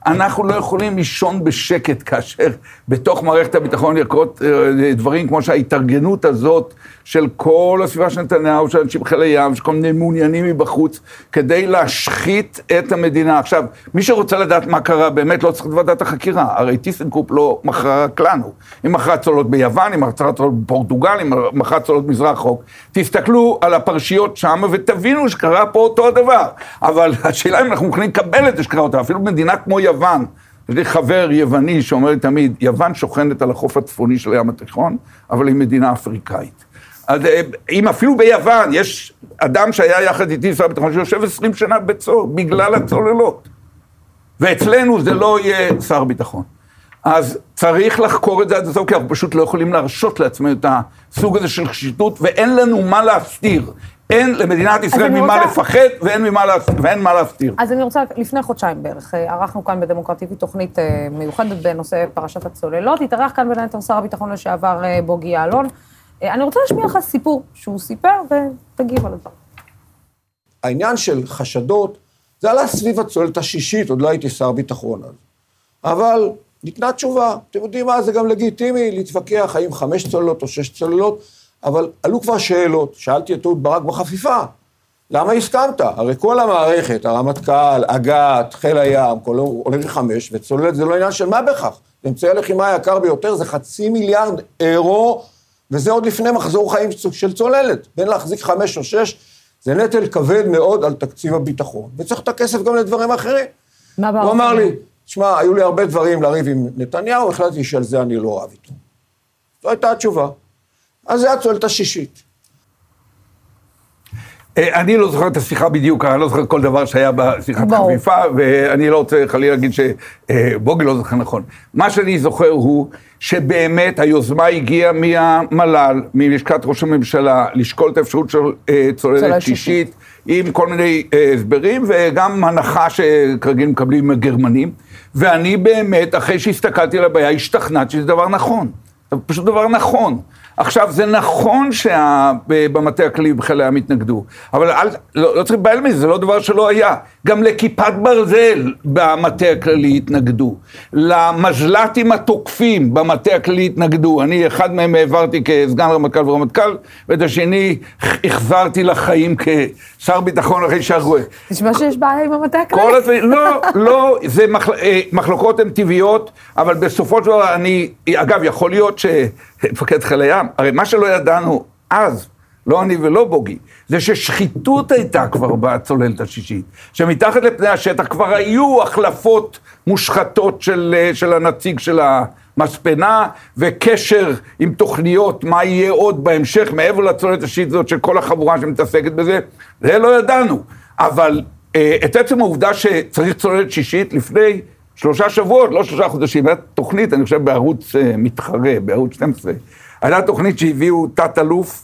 אנחנו לא יכולים לישון בשקט כאשר בתוך מערכת הביטחון יקרות דברים כמו שההתארגנות הזאת של כל הסביבה של נתניהו, של אנשים חיל הים, שכל מיני מעוניינים מבחוץ, כדי להשחית את המדינה. עכשיו, מי שרוצה לדעת מה קרה, באמת לא צריך את ועדת החקירה. הרי טיסנקרופ לא מכרה רק לנו. היא מכרה צוללות ביוון, היא מכרה צוללות בפורטוגל, היא מכרה צוללות מזרח חוק. תסתכלו על הפרשיות שם ותבינו שקרה פה אותו הדבר. אבל השאלה אם אנחנו מוכנים לקבל את זה שקרה אותה, אפילו במדינה כמו יוון. יש לי חבר יווני שאומר לי תמיד, יוון שוכנת על החוף הצפוני של הים התיכון, אבל היא מדינה אפריקאית. אז אם אפילו ביוון יש אדם שהיה יחד איתי שר הביטחון שיושב 20 שנה בצור, בגלל הצוללות. ואצלנו זה לא יהיה שר ביטחון. אז צריך לחקור את זה עד הסוף, כי אנחנו פשוט לא יכולים להרשות לעצמנו את הסוג הזה של שחיתות, ואין לנו מה להסתיר. אין למדינת ישראל ממה לפחד, ואין מה להסתיר. אז אני רוצה, לפני חודשיים בערך, ערכנו כאן בדמוקרטיבי תוכנית מיוחדת בנושא פרשת הצוללות, התארח כאן בין היתר שר הביטחון לשעבר בוגי יעלון. אני רוצה להשמיע לך סיפור שהוא סיפר, ותגיב על הדבר. העניין של חשדות, זה עלה סביב הצוללת השישית, עוד לא הייתי שר ביטחון אז. אבל ניתנה תשובה, אתם יודעים מה, זה גם לגיטימי להתווכח האם 5 צוללות או 6 צוללות, אבל עלו כבר שאלות, שאלתי את אהוד ברק בחפיפה, למה הסכמת? הרי כל המערכת, הרמטכ"ל, אג"ת, חיל הים, כל עולה 5, וצוללת זה לא עניין של מה בכך, אמצעי הלחימה היקר ביותר זה 500 מיליארד אירו, וזה עוד לפני מחזור חיים של צוללת, בין להחזיק 5 או 6, זה נטל כבד מאוד על תקציב הביטחון, וצריך את הכסף גם לדברים אחרים. הוא אמר לי, תשמע, היו לי הרבה דברים לריב עם נתניהו, החלטתי שעל זה אני לא רב איתו. זו הייתה התשובה. אז זה הצוללת השישית. אני לא זוכר את השיחה בדיוק, אני לא זוכר כל דבר שהיה בשיחת חפיפה, ואני לא רוצה חלילה להגיד שבוגי לא זוכר נכון. מה שאני זוכר הוא שבאמת היוזמה הגיעה מהמל"ל, מלשכת ראש הממשלה, לשקול את האפשרות של צוללת שישית, עם כל מיני הסברים, וגם הנחה שכרגיל מקבלים הגרמנים, ואני באמת, אחרי שהסתכלתי על הבעיה, השתכנעתי שזה דבר נכון. זה פשוט דבר נכון. עכשיו, זה נכון שבמטה הכללי בחיל הים התנגדו, אבל לא צריך לבעל מזה, זה לא דבר שלא היה. גם לכיפת ברזל במטה הכללי התנגדו. למזל"טים התוקפים במטה הכללי התנגדו. אני אחד מהם העברתי כסגן רמטכ"ל ורמטכ"ל, ואת השני החזרתי לחיים כשר ביטחון אחרי שהרגועה. נשמע שיש בעיה עם המטה הכללי. לא, זה מחלוקות הן טבעיות, אבל בסופו של דבר אגב, יכול להיות מפקד חיל הים, הרי מה שלא ידענו אז, לא אני ולא בוגי, זה ששחיתות הייתה כבר בצוללת השישית, שמתחת לפני השטח כבר היו החלפות מושחתות של הנציג של המספנה, וקשר עם תוכניות, מה יהיה עוד בהמשך, מעבר לצוללת השישית זאת של כל החבורה שמתעסקת בזה, זה לא ידענו. אבל את עצם העובדה שצריך צוללת שישית לפני 3 שבועות, לא 3 חודשים, הייתה תוכנית, אני חושב, בערוץ מתחרה, בערוץ 12, הייתה תוכנית שהביאו תת-אלוף,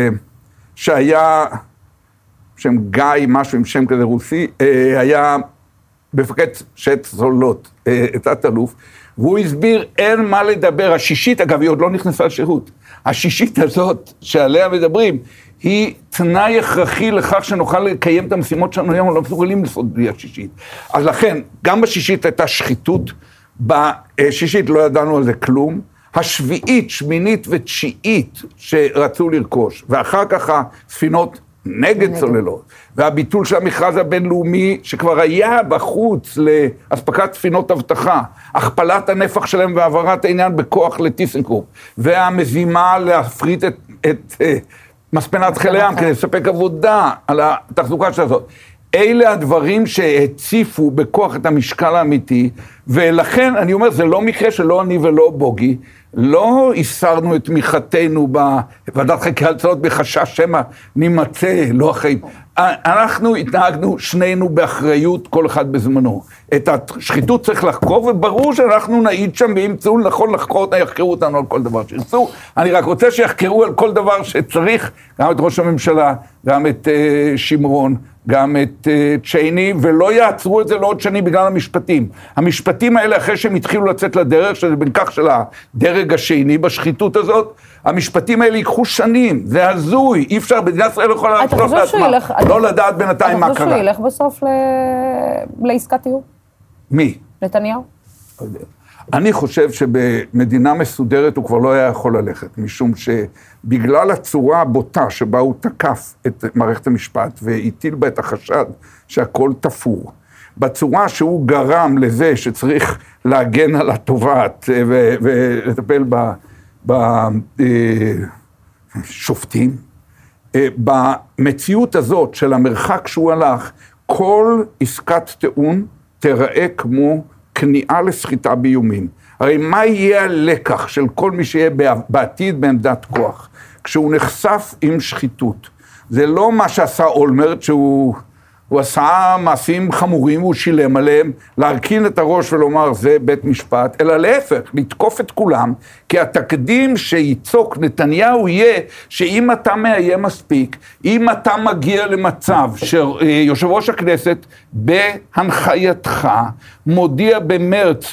שהיה, שם גיא, משהו עם שם כזה רוסי, היה מפקד שט צוללות, תת-אלוף, והוא הסביר, אין מה לדבר, השישית, אגב, היא עוד לא נכנסה לשירות, השישית הזאת שעליה מדברים, היא תנאי הכרחי לכך שנוכל לקיים את המשימות שלנו היום, לא מסוגלים לעשות בלי השישית. אז לכן, גם בשישית הייתה שחיתות, בשישית לא ידענו על זה כלום, השביעית, שמינית ותשיעית שרצו לרכוש, ואחר כך הספינות נגד צוללות, והביטול של המכרז הבינלאומי שכבר היה בחוץ להספקת ספינות אבטחה, הכפלת הנפח שלהם והעברת העניין בכוח לטיסנקרופ, והמזימה להפריט את מספנת חיל הים כדי לספק עבודה על התחזוקה של זאת. אלה הדברים שהציפו בכוח את המשקל האמיתי, ולכן אני אומר, זה לא מקרה שלא אני ולא בוגי, לא הסרנו את תמיכתנו בוועדת חקירת צוללות בחשש שמא נימצא, לא אחרים. אנחנו התנהגנו שנינו באחריות, כל אחד בזמנו. את השחיתות צריך לחקור, וברור שאנחנו נעיד שם, ואם ימצאו נכון לחקור, יחקרו אותנו על כל דבר שירצו. אני רק רוצה שיחקרו על כל דבר שצריך, גם את ראש הממשלה, גם את שמרון, גם את צ'ייני, ולא יעצרו את זה לעוד שנים בגלל המשפטים. המשפטים האלה, אחרי שהם התחילו לצאת לדרך, שזה בין כך של הדרג השני בשחיתות הזאת, המשפטים האלה ייקחו שנים, זה הזוי, אי אפשר, מדינת ישראל לא יכולה להצלוח לעצמה, לא לדעת בינתיים מה קרה. אתה חושב שהוא ילך בסוף לעסקת טיעון? מי? נתניהו? אני חושב שבמדינה מסודרת הוא כבר לא היה יכול ללכת, משום שבגלל הצורה הבוטה שבה הוא תקף את מערכת המשפט והטיל בה את החשד שהכל תפור, בצורה שהוא גרם לזה שצריך להגן על התובעת ולטפל בשופטים, במציאות הזאת של המרחק שהוא הלך, כל עסקת טיעון תראה כמו כניעה לסחיטה באיומים. הרי מה יהיה הלקח של כל מי שיהיה בעתיד בעמדת כוח? כשהוא נחשף עם שחיתות. זה לא מה שעשה אולמרט, שהוא עשה מעשים חמורים, הוא שילם עליהם, להרכין את הראש ולומר זה בית משפט, אלא להפך, לתקוף את כולם, כי התקדים שיצוק נתניהו יהיה שאם אתה מאיים מספיק, אם אתה מגיע למצב שיושב ראש הכנסת בהנחייתך מודיע במרץ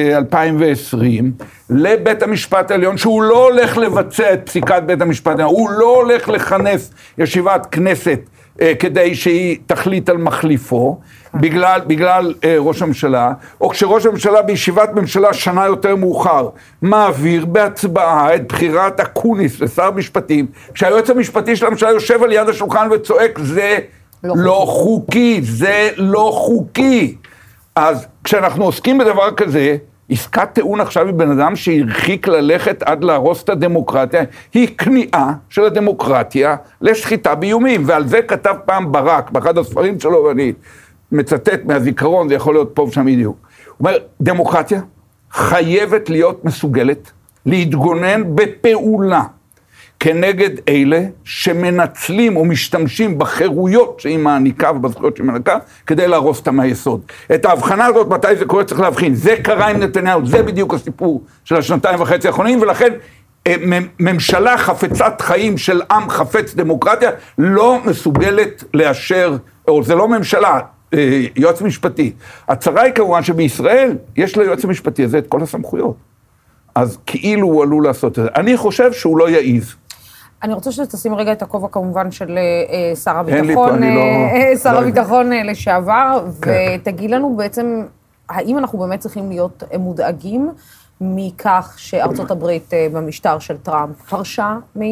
2020 לבית המשפט העליון שהוא לא הולך לבצע את פסיקת בית המשפט העליון, הוא לא הולך לכנס ישיבת כנסת כדי שהיא תחליט על מחליפו, בגלל ראש הממשלה, או כשראש הממשלה בישיבת ממשלה שנה יותר מאוחר, מעביר בהצבעה את בחירת אקוניס לשר משפטים, כשהיועץ המשפטי של הממשלה יושב על יד השולחן וצועק, זה לא חוקי, זה לא חוקי. אז כשאנחנו עוסקים בדבר כזה, עסקת טיעון עכשיו עם בן אדם שהרחיק ללכת עד להרוס את הדמוקרטיה, היא כניעה של הדמוקרטיה לסחיטה באיומים, ועל זה כתב פעם ברק, באחד הספרים שלו, ואני מצטט מהזיכרון, זה יכול להיות פה ושם בדיוק. הוא אומר, דמוקרטיה חייבת להיות מסוגלת להתגונן בפעולה, כנגד אלה שמנצלים או משתמשים בחירויות שהיא מעניקה ובזכויות שהיא מעניקה, כדי להרוס אותה מהיסוד. את ההבחנה הזאת, מתי זה קורה, צריך להבחין. זה קרה עם נתניהו, זה בדיוק הסיפור של השנתיים וחצי האחרונים, ולכן ממשלה חפצת חיים של עם חפץ דמוקרטיה, לא מסוגלת לאשר, או זה לא ממשלה, יועץ משפטי. הצרה היא כמובן שבישראל יש ליועץ המשפטי הזה את כל הסמכויות. אז כאילו הוא עלול לעשות את זה. אני חושב שהוא לא יעיז. אני רוצה שתשים רגע את הכובע כמובן של שר הביטחון, שר הביטחון לשעבר, ותגיד לנו בעצם, האם אנחנו באמת צריכים להיות מודאגים מכך שארצות הברית במשטר של טראמפ פרשה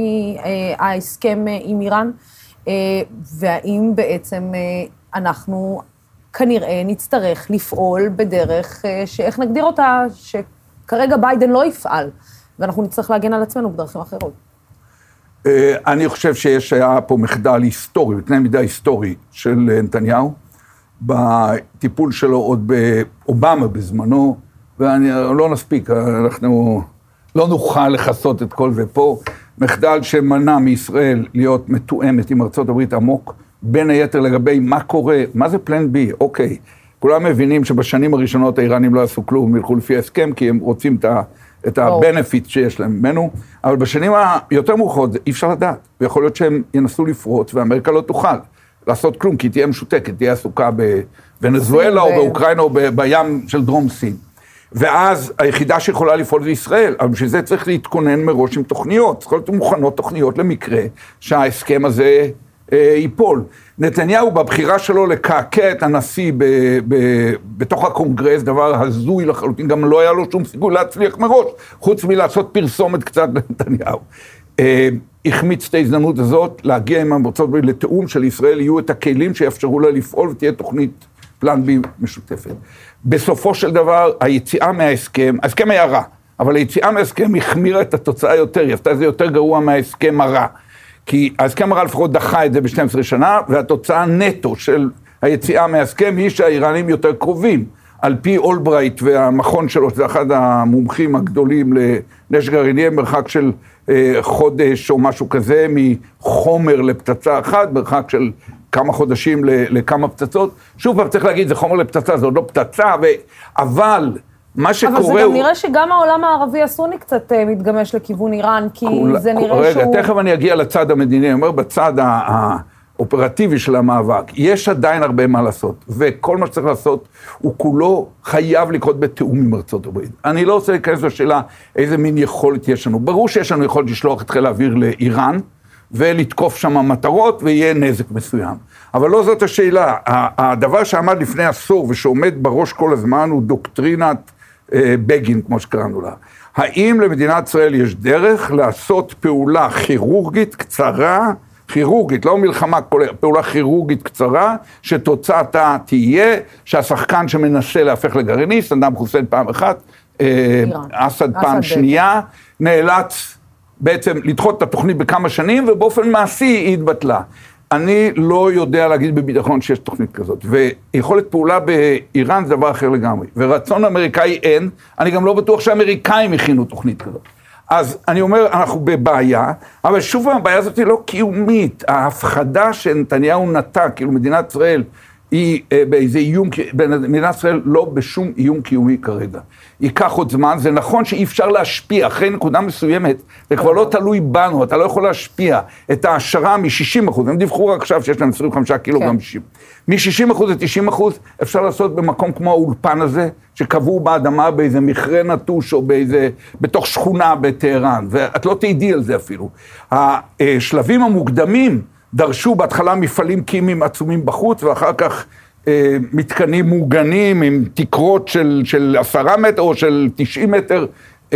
מההסכם עם איראן, והאם בעצם אנחנו כנראה נצטרך לפעול בדרך שאיך נגדיר אותה, שכרגע ביידן לא יפעל, ואנחנו נצטרך להגן על עצמנו בדרכים אחרות. אני חושב היה פה מחדל היסטורי, בקנה מידה היסטורי של נתניהו, בטיפול שלו עוד באובמה בזמנו, ולא נספיק, אנחנו לא נוכל לחסות את כל זה פה, מחדל שמנע מישראל להיות מתואמת עם ארצות הברית עמוק, בין היתר לגבי מה קורה, מה זה פלן בי, אוקיי, כולם מבינים שבשנים הראשונות האיראנים לא עשו כלום, ילכו לפי ההסכם, כי הם רוצים את הבנפיט שיש להם ממנו, אבל בשנים היותר מאוחרות אי אפשר לדעת, ויכול להיות שהם ינסו לפרוץ, ואמריקה לא תוכל לעשות כלום, כי תהיה משותקת, תהיה עסוקה בוונזואלה או באוקראינה או בים של דרום סין. ואז היחידה שיכולה לפעול זה ישראל, אבל בשביל זה צריך להתכונן מראש עם תוכניות, צריך להיות מוכנות תוכניות למקרה שההסכם הזה ייפול. נתניהו בבחירה שלו לקעקע את הנשיא בתוך הקונגרס, דבר הזוי לחלוטין, גם לא היה לו שום סיכוי להצליח מראש, חוץ מלעשות פרסומת קצת לנתניהו. החמיץ את ההזדמנות הזאת להגיע עם ארצות הברית לתיאום של ישראל, יהיו את הכלים שיאפשרו לה לפעול ותהיה תוכנית פלן בי משותפת. בסופו של דבר, היציאה מההסכם, ההסכם היה רע, אבל היציאה מההסכם החמירה את התוצאה יותר, היא עשתה את זה יותר גרוע מההסכם הרע. כי ההסכם הרע לפחות דחה את זה ב-12 שנה, והתוצאה נטו של היציאה מההסכם היא שהאיראנים יותר קרובים. על פי אולברייט והמכון שלו, שזה אחד המומחים הגדולים לנשק גרעיני, מרחק של חודש או משהו כזה, מחומר לפצצה אחת, מרחק של כמה חודשים לכמה פצצות. שוב פעם צריך להגיד, זה חומר לפצצה, זה עוד לא פצצה, אבל מה שקורה... אבל זה גם נראה שגם העולם הערבי הסוני קצת מתגמש לכיוון איראן, כי זה נראה שהוא... רגע, תכף אני אגיע לצד המדיני, אני אומר, בצד האופרטיבי של המאבק, יש עדיין הרבה מה לעשות, וכל מה שצריך לעשות, הוא כולו חייב לקרות בתיאום עם ארצות הברית. אני לא רוצה להיכנס לשאלה איזה מין יכולת יש לנו. ברור שיש לנו יכולת לשלוח את חיל האוויר לאיראן, ולתקוף שם מטרות, ויהיה נזק מסוים. אבל לא זאת השאלה. הדבר שעמד לפני עשור, ושעומד בראש כל הזמן, הוא דוקטרינת בגין, כמו שקראנו לה. האם למדינת ישראל יש דרך לעשות פעולה כירורגית קצרה, כירורגית, לא מלחמה, פעולה כירורגית קצרה, שתוצאתה תהיה שהשחקן שמנסה להפך לגרעיני, סדאם חוסיין פעם אחת, אסד פעם שנייה, נאלץ בעצם לדחות את התוכנית בכמה שנים, ובאופן מעשי היא התבטלה. אני לא יודע להגיד בביטחון שיש תוכנית כזאת, ויכולת פעולה באיראן זה דבר אחר לגמרי, ורצון אמריקאי אין, אני גם לא בטוח שהאמריקאים הכינו תוכנית כזאת. אז אני אומר, אנחנו בבעיה, אבל שוב הבעיה הזאת היא לא קיומית, ההפחדה שנתניהו נטע, כאילו מדינת ישראל היא באיזה איום, מדינת ישראל לא בשום איום קיומי כרגע. ייקח עוד זמן, זה נכון שאי אפשר להשפיע, אחרי נקודה מסוימת, זה כבר לא תלוי בנו, אתה לא יכול להשפיע את ההשערה מ-60%, הם דיווחו רק עכשיו שיש להם 25 קילוגרם שישים. מ-60% ל-90% אפשר לעשות במקום כמו האולפן הזה, שקבעו באדמה באיזה מכרה נטוש או בתוך שכונה בטהרן, ואת לא תעידי על זה אפילו. השלבים המוקדמים דרשו בהתחלה מפעלים קימיים עצומים בחוץ, ואחר כך מתקנים מוגנים עם תקרות של 10 מטר או של 90 מטר,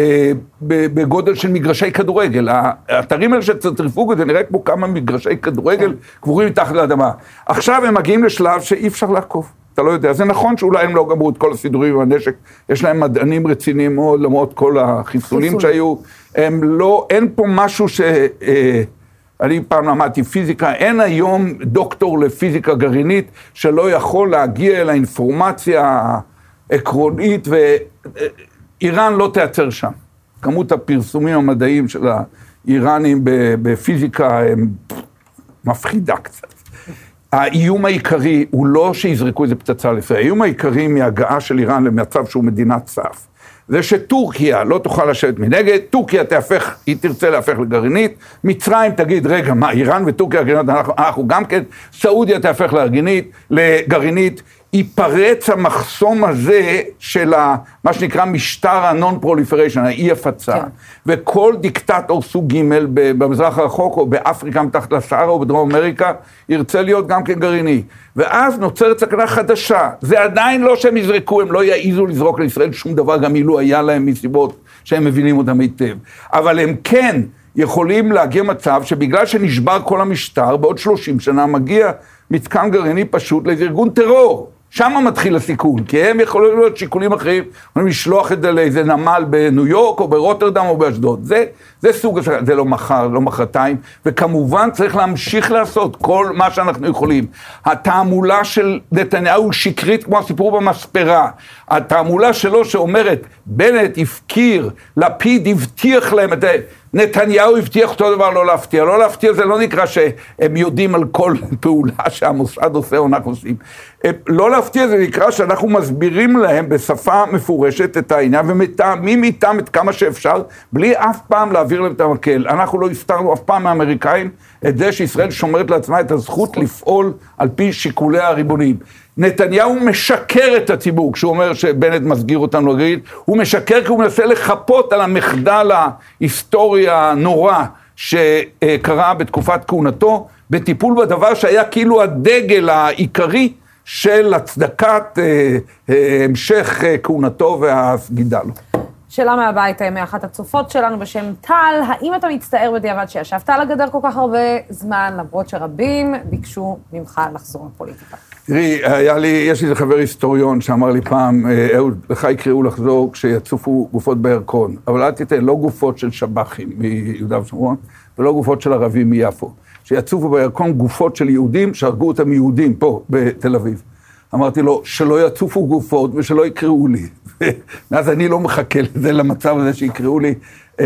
בגודל של מגרשי כדורגל. האתרים האלה של צנטריפוגות, זה נראה כמו כמה מגרשי כדורגל קבורים מתחת לאדמה. עכשיו הם מגיעים לשלב שאי אפשר לעקוב. אתה לא יודע, זה נכון שאולי הם לא גמרו את כל הסידורים והנשק, יש להם מדענים רציניים מאוד, למרות כל החיסולים שהיו, אין פה משהו אני פעם למדתי פיזיקה, אין היום דוקטור לפיזיקה גרעינית שלא יכול להגיע אל האינפורמציה העקרונית, ואיראן לא תייצר שם. כמות הפרסומים המדעיים של האיראנים בפיזיקה הם מפחידה קצת. האיום העיקרי הוא לא שיזרקו איזה פצצה לישראל, האיום העיקרי מהגעה של איראן למצב שהוא מדינת סף. זה שטורקיה לא תוכל לשבת מנגד, טורקיה היא תרצה להפך לגרעינית, מצרים תגיד, רגע, מה, איראן וטורקיה גרעינית, אנחנו גם כן, סעודיה תהפך לגרעינית, ייפרץ המחסום הזה של מה שנקרא משטר ה-non-proliferation, האי הפצה, כן. וכל דיקטטור סוג ג' במזרח הרחוק, או באפריקה מתחת לסהרה, או בדרום אמריקה, ירצה להיות גם כן גרעיני. ואז נוצרת סכנה חדשה. זה עדיין לא שהם יזרקו, הם לא יעיזו לזרוק לישראל שום דבר, גם אילו היה להם מסיבות שהם מבינים אותם היטב. אבל הם כן יכולים להגיע מצב שבגלל שנשבר כל המשטר, בעוד 30 שנה מגיע מתקן גרעיני פשוט לאיזה ארגון טרור. שם מתחיל הסיכון, כי הם יכולים להיות שיקולים אחרים, יכולים לשלוח את זה לאיזה נמל בניו יורק, או ברוטרדם, או באשדוד. זה סוג, זה לא מחר, לא מחרתיים, וכמובן צריך להמשיך לעשות כל מה שאנחנו יכולים. התעמולה של נתניהו שקרית כמו הסיפור במספרה. התעמולה שלו שאומרת, בנט הפקיר, לפיד הבטיח להם את זה, נתניהו הבטיח אותו דבר לא להפתיע. לא להפתיע זה לא נקרא שהם יודעים על כל פעולה שהמוסד עושה או אנחנו עושים. לא להפתיע זה נקרא שאנחנו מסבירים להם בשפה מפורשת את העניין, ומתאמים איתם את כמה שאפשר, בלי אף פעם להעביר להם את המקל. אנחנו לא הסתרנו אף פעם מהאמריקאים את זה שישראל שומרת לעצמה את הזכות לפעול על פי שיקוליה הריבוניים. נתניהו משקר את הציבור, כשהוא אומר שבנט מסגיר אותנו לגרעין, הוא משקר כי הוא מנסה לחפות על המחדל ההיסטוריה הנורא שקרה בתקופת כהונתו, בטיפול בדבר שהיה כאילו הדגל העיקרי של הצדקת המשך כהונתו והסגידה לו. שאלה מהבית, מאחת הצופות שלנו בשם טל, האם אתה מצטער בדיעבד שישבת על הגדר כל כך הרבה זמן, למרות שרבים ביקשו ממך לחזור לפוליטיקה? תראי, יש לי חבר היסטוריון שאמר לי פעם, אהוד, לך יקראו לחזור כשיצופו גופות בירקון, אבל אל תיתן, לא גופות של שב"חים מיהודה ושומרון, ולא גופות של ערבים מיפו, שיצופו בירקון גופות של יהודים, שהרגו אותם יהודים פה בתל אביב. אמרתי לו, שלא יצופו גופות ושלא יקראו לי. ואז אני לא מחכה לזה, למצב הזה שיקראו לי.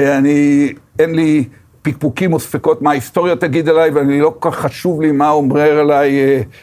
אין לי פיקפוקים או ספקות מה ההיסטוריה תגיד עליי, ואני לא כל כך חשוב לי מה אומר עליי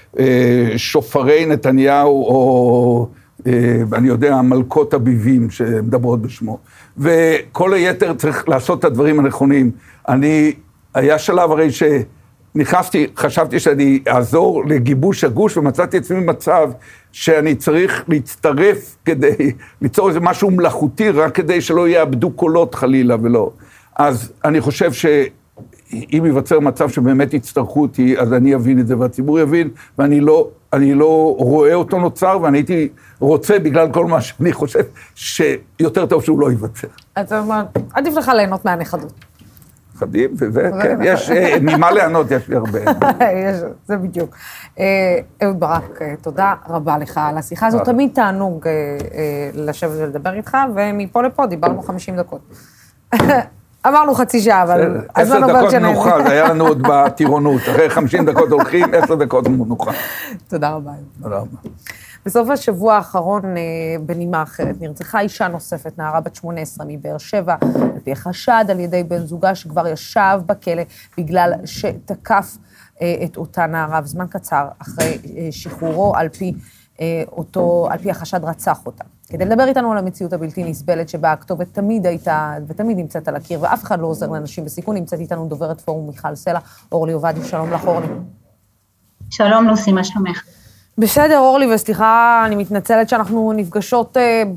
שופרי נתניהו, או אני יודע, מלכות אביבים שמדברות בשמו. וכל היתר צריך לעשות את הדברים הנכונים. היה שלב הרי נכנסתי, חשבתי שאני אעזור לגיבוש הגוש, ומצאתי עצמי מצב שאני צריך להצטרף כדי ליצור איזה משהו מלאכותי, רק כדי שלא יאבדו קולות חלילה ולא. אז אני חושב אם ייווצר מצב שבאמת יצטרכו אותי, אז אני אבין את זה, והציבור יבין, ואני לא רואה אותו נוצר, ואני הייתי רוצה, בגלל כל מה שאני חושב, שיותר טוב שהוא לא ייווצר. אתה אומר, עדיף לך ליהנות מהנכדות. נכדים, וזה, כן, יש, ממה ליהנות יש לי הרבה. זה בדיוק. אהוד ברק, תודה רבה לך על השיחה הזאת. תמיד תענוג לשבת ולדבר איתך, ומפה לפה דיברנו 50 דקות. אמרנו חצי שעה, אבל... 10 דקות מנוחה, זה היה לנו עוד בטירונות. אחרי 50 דקות הולכים, 10 דקות מנוחה. תודה רבה. תודה רבה. בסוף השבוע האחרון, בנימה אחרת, נרצחה אישה נוספת, נערה בת 18 מבאר שבע, על פי חשד על ידי בן זוגה שכבר ישב בכלא בגלל שתקף את אותה נערה, וזמן קצר אחרי שחרורו על פי החשד רצח אותה. כדי לדבר איתנו על המציאות הבלתי נסבלת שבה הכתובת תמיד הייתה ותמיד נמצאת על הקיר, ואף אחד לא עוזר לאנשים בסיכון, נמצאת איתנו דוברת פורום מיכל סלע, אורלי עובדיה, שלום לך אורלי. שלום לוסי, מה שלומך? בסדר אורלי, וסליחה, אני מתנצלת שאנחנו נפגשות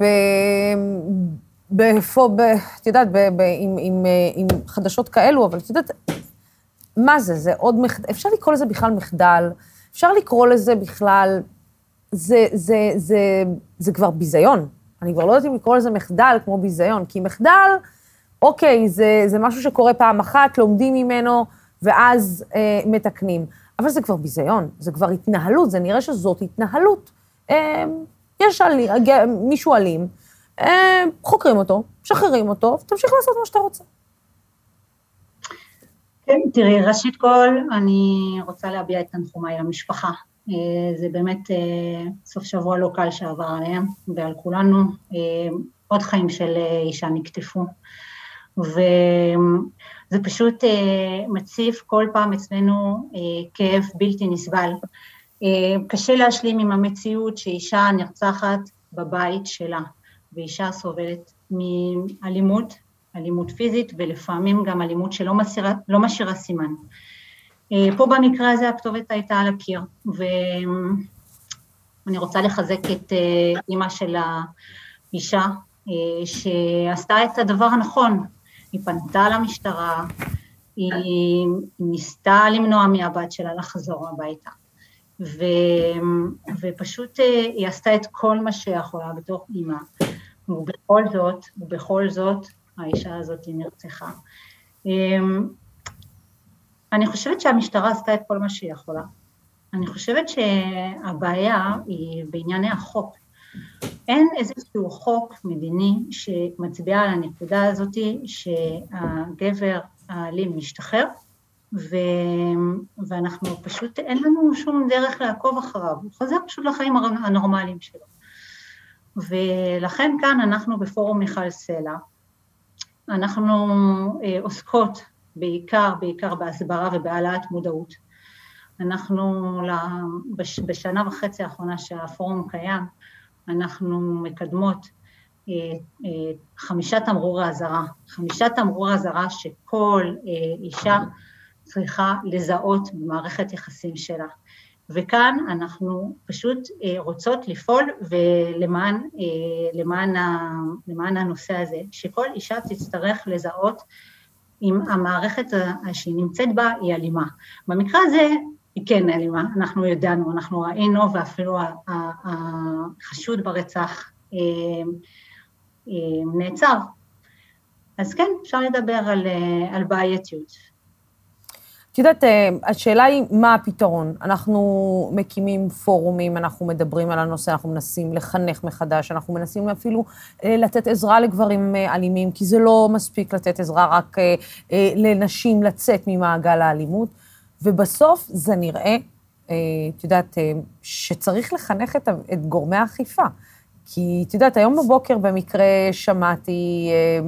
את יודעת, עם חדשות כאלו, אבל את יודעת, מה זה? זה עוד מחדל, אפשר לקרוא לזה בכלל מחדל, אפשר לקרוא לזה בכלל, זה כבר ביזיון. אני כבר לא יודעת אם לקרוא לזה מחדל כמו ביזיון, כי מחדל, אוקיי, זה משהו שקורה פעם אחת, לומדים ממנו, ואז מתקנים. אבל זה כבר ביזיון, זה כבר התנהלות, זה נראה שזאת התנהלות. יש מישהו אלים, חוקרים אותו, שחררים אותו, ותמשיך לעשות מה שאתה רוצה. כן, תראי, ראשית כל, אני רוצה להביע את תנחומיי למשפחה. זה באמת סוף שבוע לא קל שעבר עליהם, ועל כולנו, עוד חיים של אישה נקטפו. וזה פשוט מציף כל פעם אצלנו כאב בלתי נסבל. קשה להשלים עם המציאות שאישה נרצחת בבית שלה, ואישה סובלת מאלימות, אלימות פיזית, ולפעמים גם אלימות שלא משאירה סימן. פה במקרה הזה הכתובת הייתה על הקיר, ואני רוצה לחזק את אמא של האישה, שעשתה את הדבר הנכון. היא פנתה למשטרה, היא ניסתה למנוע מהבת שלה לחזור הביתה, ופשוט היא עשתה את כל מה שיכולה בתוך אמא, ובכל זאת, האישה הזאת היא נרצחה. אני חושבת שהמשטרה עשתה את כל מה שהיא יכולה. אני חושבת שהבעיה היא בענייני החוק. אין איזשהו חוק מדיני שמצביע על הנקודה הזאת שהגבר האלים משתחרר, ואנחנו פשוט, אין לנו שום דרך לעקוב אחריו, הוא חוזר פשוט לחיים הנורמליים שלו. ולכן כאן אנחנו בפורום מיכל סלע, אנחנו עוסקות בעיקר בהסברה ובהעלאת מודעות. אנחנו בשנה וחצי האחרונה שהפורום קיים, אנחנו מקדמות 5 תמרורי אזהרה, 5 תמרורי אזהרה שכל אישה צריכה לזהות במערכת יחסים שלה. וכאן אנחנו פשוט רוצות לפעול למען הנושא הזה, שכל אישה תצטרך לזהות אם המערכת שהיא נמצאת בה היא אלימה. במקרה הזה היא כן אלימה, אנחנו ידענו, אנחנו ראינו, ואפילו החשוד ברצח נעצר. אז כן, אפשר לדבר על בעייתיות. את יודעת, השאלה היא מה הפתרון. אנחנו מקימים פורומים, אנחנו מדברים על הנושא, אנחנו מנסים לחנך מחדש, אנחנו מנסים אפילו לתת עזרה לגברים אלימים, כי זה לא מספיק לתת עזרה רק לנשים לצאת ממעגל האלימות, ובסוף זה נראה, את יודעת, שצריך לחנך את גורמי האכיפה. כי, את יודעת, היום בבוקר במקרה שמעתי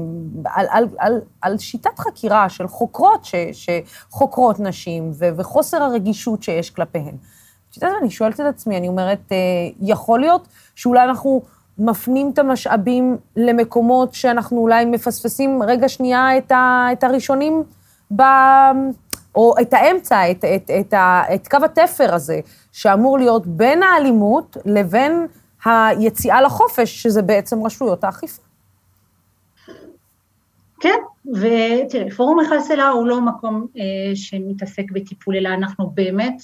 על שיטת חקירה של חוקרות שחוקרות נשים וחוסר הרגישות שיש כלפיהן. את יודעת, אני שואלת את עצמי, אני אומרת, יכול להיות שאולי אנחנו מפנים את המשאבים למקומות שאנחנו אולי מפספסים רגע שנייה את הראשונים או את האמצע, את קו התפר הזה, שאמור להיות בין האלימות לבין היציאה לחופש, שזה בעצם רשויות האכיפה. כן, ותראה, פורום מיכל סלה הוא לא מקום שמתעסק בטיפול, אלא אנחנו באמת,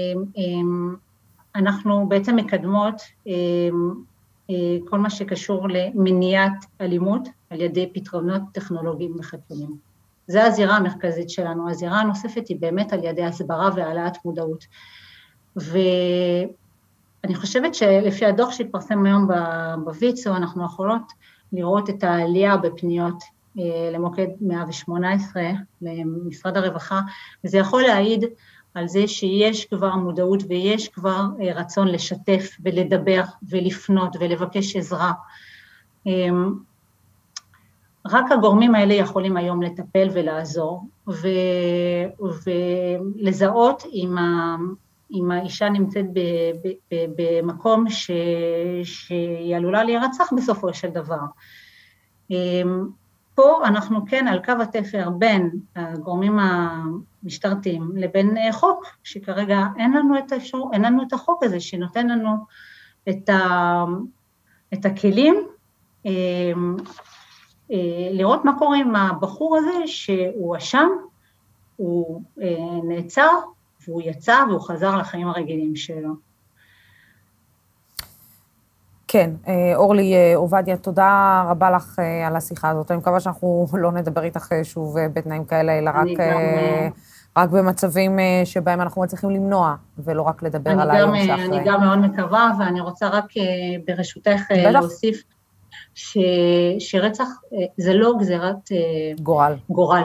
אנחנו בעצם מקדמות כל מה שקשור למניעת אלימות על ידי פתרונות טכנולוגיים וחדשניים. זו הזירה המרכזית שלנו. הזירה הנוספת היא באמת על ידי הסברה והעלאת מודעות. ואני חושבת שלפי הדוח שהתפרסם היום בוויצו, אנחנו יכולות לראות את העלייה בפניות למוקד 118, למשרד הרווחה, וזה יכול להעיד על זה שיש כבר מודעות ויש כבר רצון לשתף ולדבר ולפנות ולבקש עזרה. רק הגורמים האלה יכולים היום לטפל ולעזור, ולזהות אם האישה נמצאת במקום שהיא עלולה להירצח בסופו של דבר. פה אנחנו כן על קו התפר בין הגורמים המשטרתיים לבין חוק, שכרגע אין לנו את החוק הזה שנותן לנו את הכלים לראות מה קורה עם הבחור הזה שהוא אשם, הוא נעצר והוא יצא והוא חזר לחיים הרגילים שלו. כן, אורלי עובדיה, תודה רבה לך על השיחה הזאת. אני מקווה שאנחנו לא נדבר איתך שוב בתנאים כאלה, אלא רק במצבים שבהם אנחנו מצליחים למנוע, ולא רק לדבר על היום שאחרי. אני גם מאוד מקווה, ואני רוצה רק ברשותך להוסיף, שרצח זה לא גזירת גורל.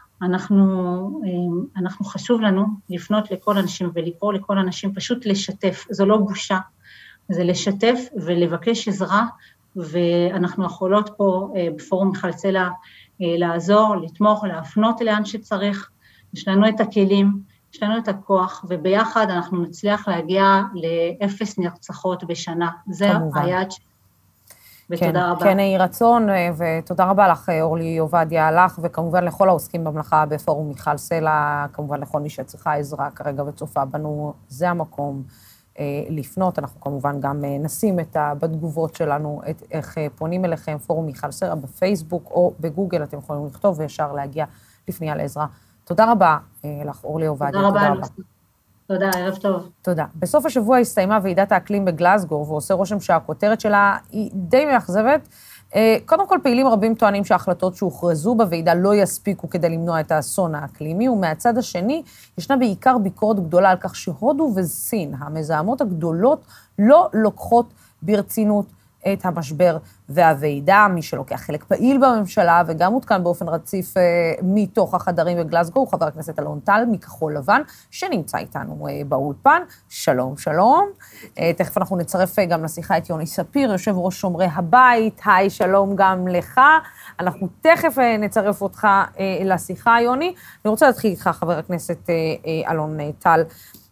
אנחנו חשוב לנו לפנות לכל אנשים ולקרוא לכל אנשים, פשוט לשתף, זו לא בושה. זה לשתף ולבקש עזרה, ואנחנו יכולות פה בפורום מיכל סלה לעזור, לתמוך, להפנות לאן שצריך. יש לנו את הכלים, יש לנו את הכוח, וביחד אנחנו נצליח להגיע ל0 נרצחות בשנה. זה היעד שלנו. ותודה רבה. כן, יהי רצון, ותודה רבה לך, אורלי עובדיה, לך, וכמובן לכל העוסקים במלאכה בפורום מיכל סלה, כמובן לכל מי שצריכה עזרה כרגע וצופה בנו, זה המקום. לפנות, אנחנו כמובן גם נשים בתגובות שלנו איך פונים אליכם, פורום מיכל סלה בפייסבוק או בגוגל, אתם יכולים לכתוב וישר להגיע לפנייה לעזרה. תודה רבה לך, אורלי עובדיה. תודה רבה. תודה, ערב טוב. תודה. בסוף השבוע הסתיימה ועידת האקלים בגלזגו, ועושה רושם שהכותרת שלה היא די מאכזבת. קודם כל, פעילים רבים טוענים שההחלטות שהוכרזו בוועידה לא יספיקו כדי למנוע את האסון האקלימי, ומהצד השני, ישנה בעיקר ביקורת גדולה על כך שהודו וסין, המזהמות הגדולות, לא לוקחות ברצינות את המשבר והוועידה. מי שלוקח חלק פעיל בממשלה, וגם מותקן באופן רציף מתוך החדרים בגלזגו, הוא חבר הכנסת אלון טל מכחול לבן, שנמצא איתנו באולפן. שלום, שלום. תכף אנחנו נצרף גם לשיחה את יוני ספיר, יושב ראש שומרי הבית. היי, שלום גם לך. אנחנו תכף נצרף אותך לשיחה, יוני. אני רוצה להתחיל איתך, חבר הכנסת אלון טל.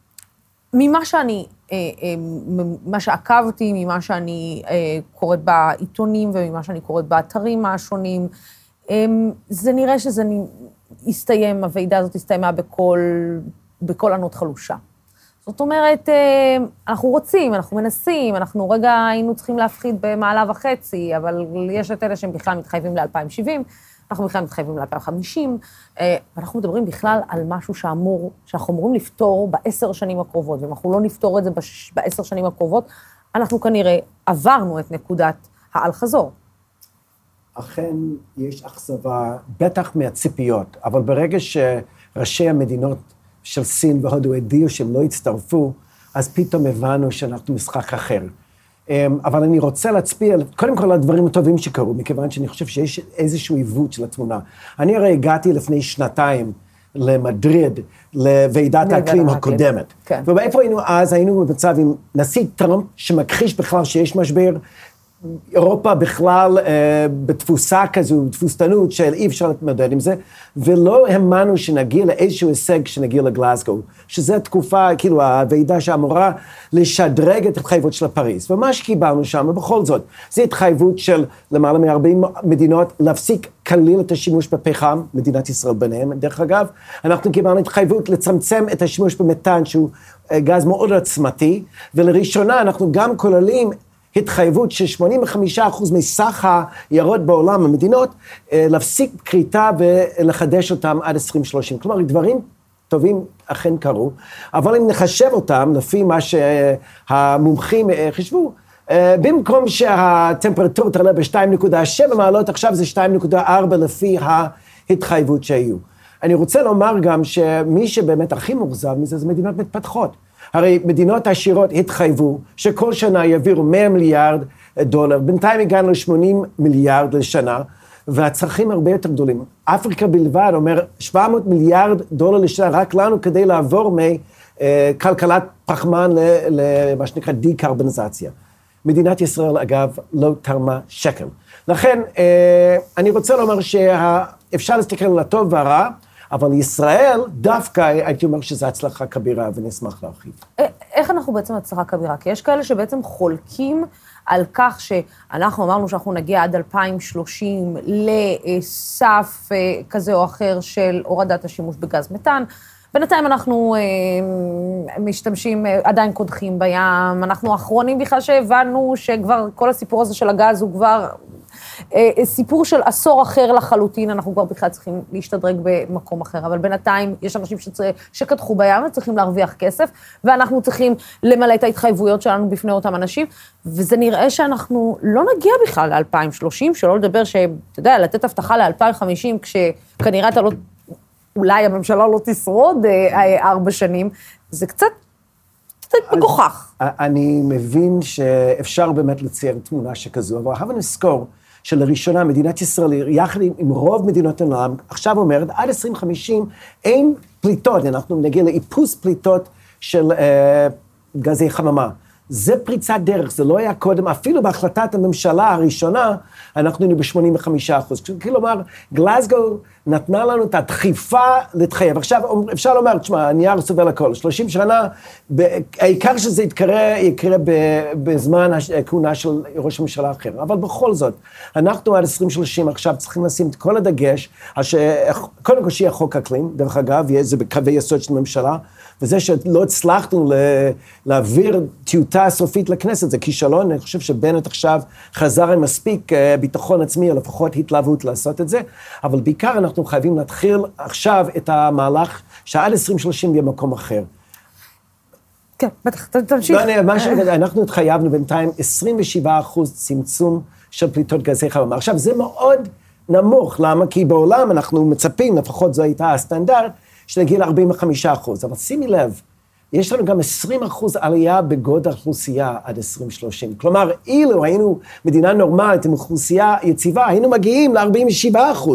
מה שעקבתי, ממה שאני קוראת בעיתונים וממה שאני קוראת באתרים השונים, זה נראה שזה הסתיים, הוועידה הזאת הסתיימה בכל ענות חלושה. זאת אומרת, אנחנו רוצים, אנחנו מנסים, אנחנו רגע היינו צריכים להפחיד במעלה וחצי, אבל יש את אלה שהם בכלל מתחייבים ל-2070, אנחנו בכלל מתחייבים ל-2050, ואנחנו מדברים בכלל על משהו שאנחנו אמורים לפתור ב10 שנים הקרובות, ואם אנחנו לא נפתור את זה ב10 שנים הקרובות, אנחנו כנראה עברנו את נקודת האל-חזור. אכן יש אכזבה, בטח מהציפיות, אבל ברגע שראשי המדינות של סין והודו הודיעו שהם לא הצטרפו, אז פתאום הבנו שאנחנו משחק אחר. אבל אני רוצה להצביע, קודם כל, על הדברים הטובים שקרו, מכיוון שאני חושב שיש איזשהו עיוות של התמונה. אני הרי הגעתי לפני 2 למדריד, לוועידת האקלים הקודמת. כן. ואיפה היינו אז? היינו במצב עם נשיא טראמפ, שמכחיש בכלל שיש משבר, אירופה בכלל בתפוסה כזו, תפוסתנות של אי אפשר להתמודד עם זה, ולא האמנו שנגיע לאיזשהו הישג שנגיע לגלזגו, שזו תקופה, כאילו, הוועידה שאמורה לשדרג את התחייבות של פריז, ומה שקיבלנו שם, בכל זאת, זו התחייבות של למעלה מ-40 מדינות, להפסיק כליל את השימוש בפחם, מדינת ישראל ביניהם, דרך אגב, אנחנו קיבלנו התחייבות לצמצם את השימוש במתאן, שהוא גז מאוד עוצמתי, ולראשונה אנחנו גם כוללים התחייבות של 85% מסך היערות בעולם, המדינות, להפסיק כריתה ולחדש אותם עד 2030. כלומר, דברים טובים אכן קרו, אבל אם נחשב אותם, לפי מה שהמומחים חשבו, במקום שהטמפרטורה תעלה ב-2.7 מעלות, עכשיו זה 2.4 לפי ההתחייבות שהיו. אני רוצה לומר גם שמי שבאמת הכי מורזב מזה, זה מדינות מתפתחות. הרי מדינות עשירות התחייבו שכל שנה יעבירו 100 מיליארד דולר, בינתיים הגענו ל-80 מיליארד לשנה, והצרכים הרבה יותר גדולים. אפריקה בלבד אומר 700 מיליארד דולר לשנה רק לנו כדי לעבור מכלכלת פחמן למה שנקרא דיקרבוניזציה. מדינת ישראל, אגב, לא תרמה שקל. לכן, אני רוצה לומר שאפשר להסתכל על הטוב והרע, אבל ישראל דווקא, הייתי אומר שזו הצלחה כבירה, ונשמח להרחיב. איך אנחנו בעצם הצלחה כבירה? כי יש כאלה שבעצם חולקים על כך שאנחנו אמרנו שאנחנו נגיע עד 2030 לסף כזה או אחר של הורדת השימוש בגז מתאן. בינתיים אנחנו משתמשים, עדיין קודחים בים, אנחנו האחרונים בכלל שהבנו שכבר כל הסיפור הזה של הגז הוא כבר סיפור של עשור אחר לחלוטין, אנחנו כבר בכלל צריכים להשתדרג במקום אחר, אבל בינתיים יש אנשים שקדחו בים וצריכים להרוויח כסף, ואנחנו צריכים למלא את ההתחייבויות שלנו בפני אותם אנשים, וזה נראה שאנחנו לא נגיע בכלל ל-2030, שלא לדבר שאתה יודע, לתת הבטחה ל-2050, כשכנראה אתה לא, אולי הממשלה לא תשרוד 4 שנים, זה קצת מגוחך. אני מבין שאפשר באמת לצייר תמונה שכזו, אבל הבה נזכור שלראשונה מדינת ישראל, יחד עם רוב מדינות העולם, עכשיו אומרת, עד 2050 אין פליטות, אנחנו נגיע לאיפוס פליטות של גזי חממה. זה פריצת דרך, זה לא היה קודם, אפילו בהחלטת הממשלה הראשונה, אנחנו היינו ב-85%. כלומר, גלזגו נתנה לנו את הדחיפה להתחייב. עכשיו, אפשר לומר, תשמע, הנייר סובל הכל, 30 שנה, העיקר שזה יקרה בזמן הכהונה של ראש הממשלה אחר. אבל בכל זאת, אנחנו עד 2030 עכשיו צריכים לשים את כל הדגש, קודם כל שיהיה חוק אקלים, דרך אגב, זה בקווי יסוד של הממשלה, וזה שלא הצלחנו להעביר טיוטה סופית לכנסת, זה כישלון, אני חושב שבנט עכשיו חזר עם מספיק ביטחון עצמי, או לפחות התלהבות לעשות את זה, אבל בעיקר אנחנו חייבים להתחיל עכשיו את המהלך שעד 2030 יהיה מקום אחר. כן, בטח, תמשיך. אנחנו התחייבנו בינתיים 27% צמצום של פליטות גזי חממה. עכשיו, זה מאוד נמוך, למה? כי בעולם אנחנו מצפים, לפחות זו הייתה הסטנדרט, שנגיע ל-45%, אבל שימי לב, יש לנו גם 20% עלייה בגודל האוכלוסייה עד 2030. כלומר, אילו היינו מדינה נורמלית עם אוכלוסייה יציבה, היינו מגיעים ל-47%.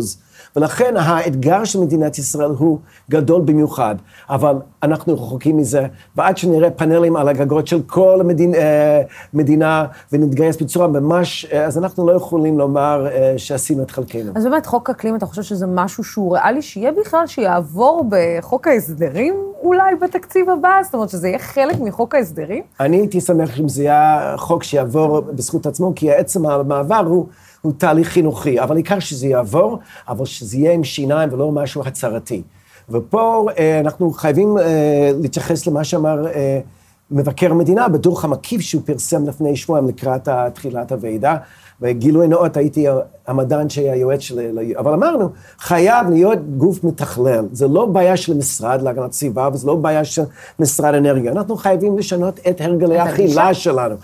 ולכן האתגר של מדינת ישראל הוא גדול במיוחד, אבל אנחנו רחוקים מזה, ועד שנראה פאנלים על הגגות של כל מדינה, ונתגייס בצורה ממש, אז אנחנו לא יכולים לומר שעשינו את חלקנו. אז באמת, חוק אקלים, אתה חושב שזה משהו שהוא ריאלי, שיהיה בכלל שיעבור בחוק ההסדרים, אולי בתקציב הבא? זאת אומרת, שזה יהיה חלק מחוק ההסדרים? אני הייתי שמח אם זה יהיה חוק שיעבור בזכות עצמו, כי עצם המעבר הוא תהליך חינוכי, אבל העיקר שזה יעבור, אבל שזה יהיה עם שיניים ולא משהו הצהרתי. ופה אנחנו חייבים להתייחס למה שאמר מבקר המדינה, בדוח המקיף שהוא פרסם לפני שבועיים לקראת תחילת הוועידה, וגילוי נאות הייתי המדען שהיה היועץ שלי, אבל אמרנו, חייב להיות גוף מתכלל, זה לא בעיה של משרד להגנת הסביבה, וזה לא בעיה של משרד אנרגיה, אנחנו חייבים לשנות את הרגלי האכילה שלנו,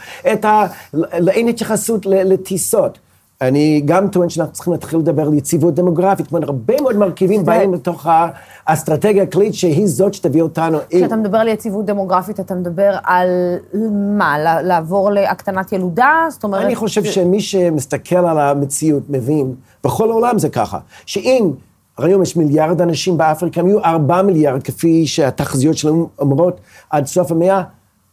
אין התייחסות לטיסות. אני גם טוען שאנחנו צריכים להתחיל לדבר על יציבות דמוגרפית, כלומר, הרבה מאוד מרכיבים באים לתוך האסטרטגיה הכללית, שהיא זאת שתביא אותנו. כשאתה מדבר על יציבות דמוגרפית, אתה מדבר על מה? לעבור להקטנת ילודה? זאת אומרת... אני חושב שמי שמסתכל על המציאות מבין, בכל העולם זה ככה, שאם היום יש מיליארד אנשים באפריקה, הם יהיו 4 מיליארד, כפי שהתחזיות שלנו אומרות, עד סוף המאה,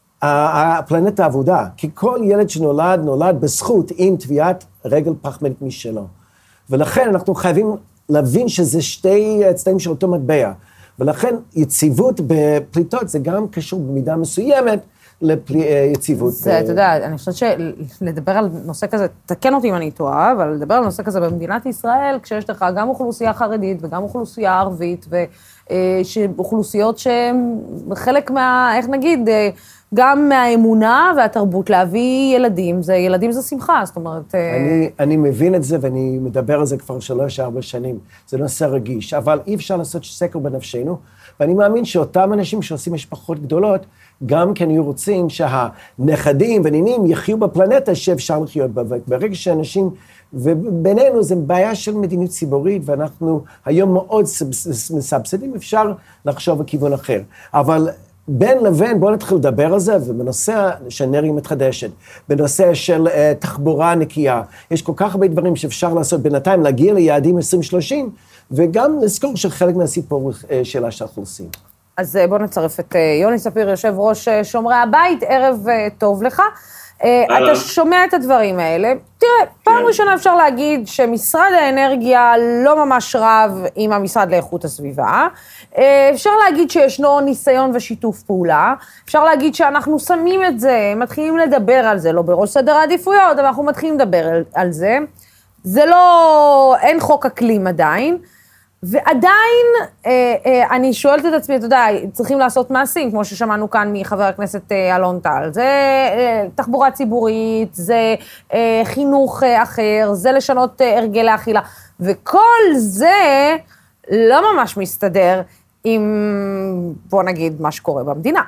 הפלנטה עבודה, כי כל ילד שנולד, נולד בזכות עם טביעת רגל פחמנית משלו. ולכן אנחנו חייבים להבין שזה שתי צדדים של אותו מטבע. ולכן יציבות בפליטות זה גם קשור במידה מסוימת ליציבות. זה, אתה יודע, אני חושבת שלדבר על נושא כזה, תקן אותי אם אני טועה, אבל לדבר על נושא כזה במדינת ישראל, כשיש לך גם אוכלוסייה חרדית וגם אוכלוסייה ערבית, ואוכלוסיות שהן חלק איך נגיד, גם מהאמונה והתרבות להביא ילדים. ילדים זה שמחה, זאת אומרת... אני מבין את זה ואני מדבר על זה כבר 3-4 שנים. זה נושא רגיש, אבל אי אפשר לעשות סקר בנפשנו, ואני מאמין שאותם אנשים שעושים משפחות גדולות, גם כן היו רוצים שהנכדים ונינים יחיו בפלנטה שאפשר לחיות בה. ברגע שאנשים, ובינינו זה בעיה של מדיניות ציבורית, ואנחנו היום מאוד מסבסדים, אפשר לחשוב בכיוון אחר. אבל בין לבין, בואו נתחיל לדבר על זה, ובנושא של אנרגיה מתחדשת, בנושא של תחבורה נקייה, יש כל כך הרבה דברים שאפשר לעשות בינתיים, להגיע ליעדים 2030, וגם לזכור שחלק מהסיפור שאלה שאנחנו עושים. אז בואו נצרף את יוני ספיר, יושב ראש שומרי הבית, ערב טוב לך. אתה שומע את הדברים האלה. תראה, פעם ראשונה אפשר להגיד שמשרד האנרגיה לא ממש רב עם המשרד לאיכות הסביבה. אפשר להגיד שישנו ניסיון ושיתוף פעולה. אפשר להגיד שאנחנו שמים את זה, מתחילים לדבר על זה, לא בראש סדר העדיפויות, אבל אנחנו מתחילים לדבר על זה. זה לא, אין חוק אקלים עדיין. ועדיין, אני שואלת את עצמי, אתה יודע, צריכים לעשות מעשים, כמו ששמענו כאן מחבר הכנסת אלון טל. זה תחבורה ציבורית, זה חינוך אחר, זה לשנות הרגלי אכילה. וכל זה לא ממש מסתדר עם, בוא נגיד, מה שקורה במדינה.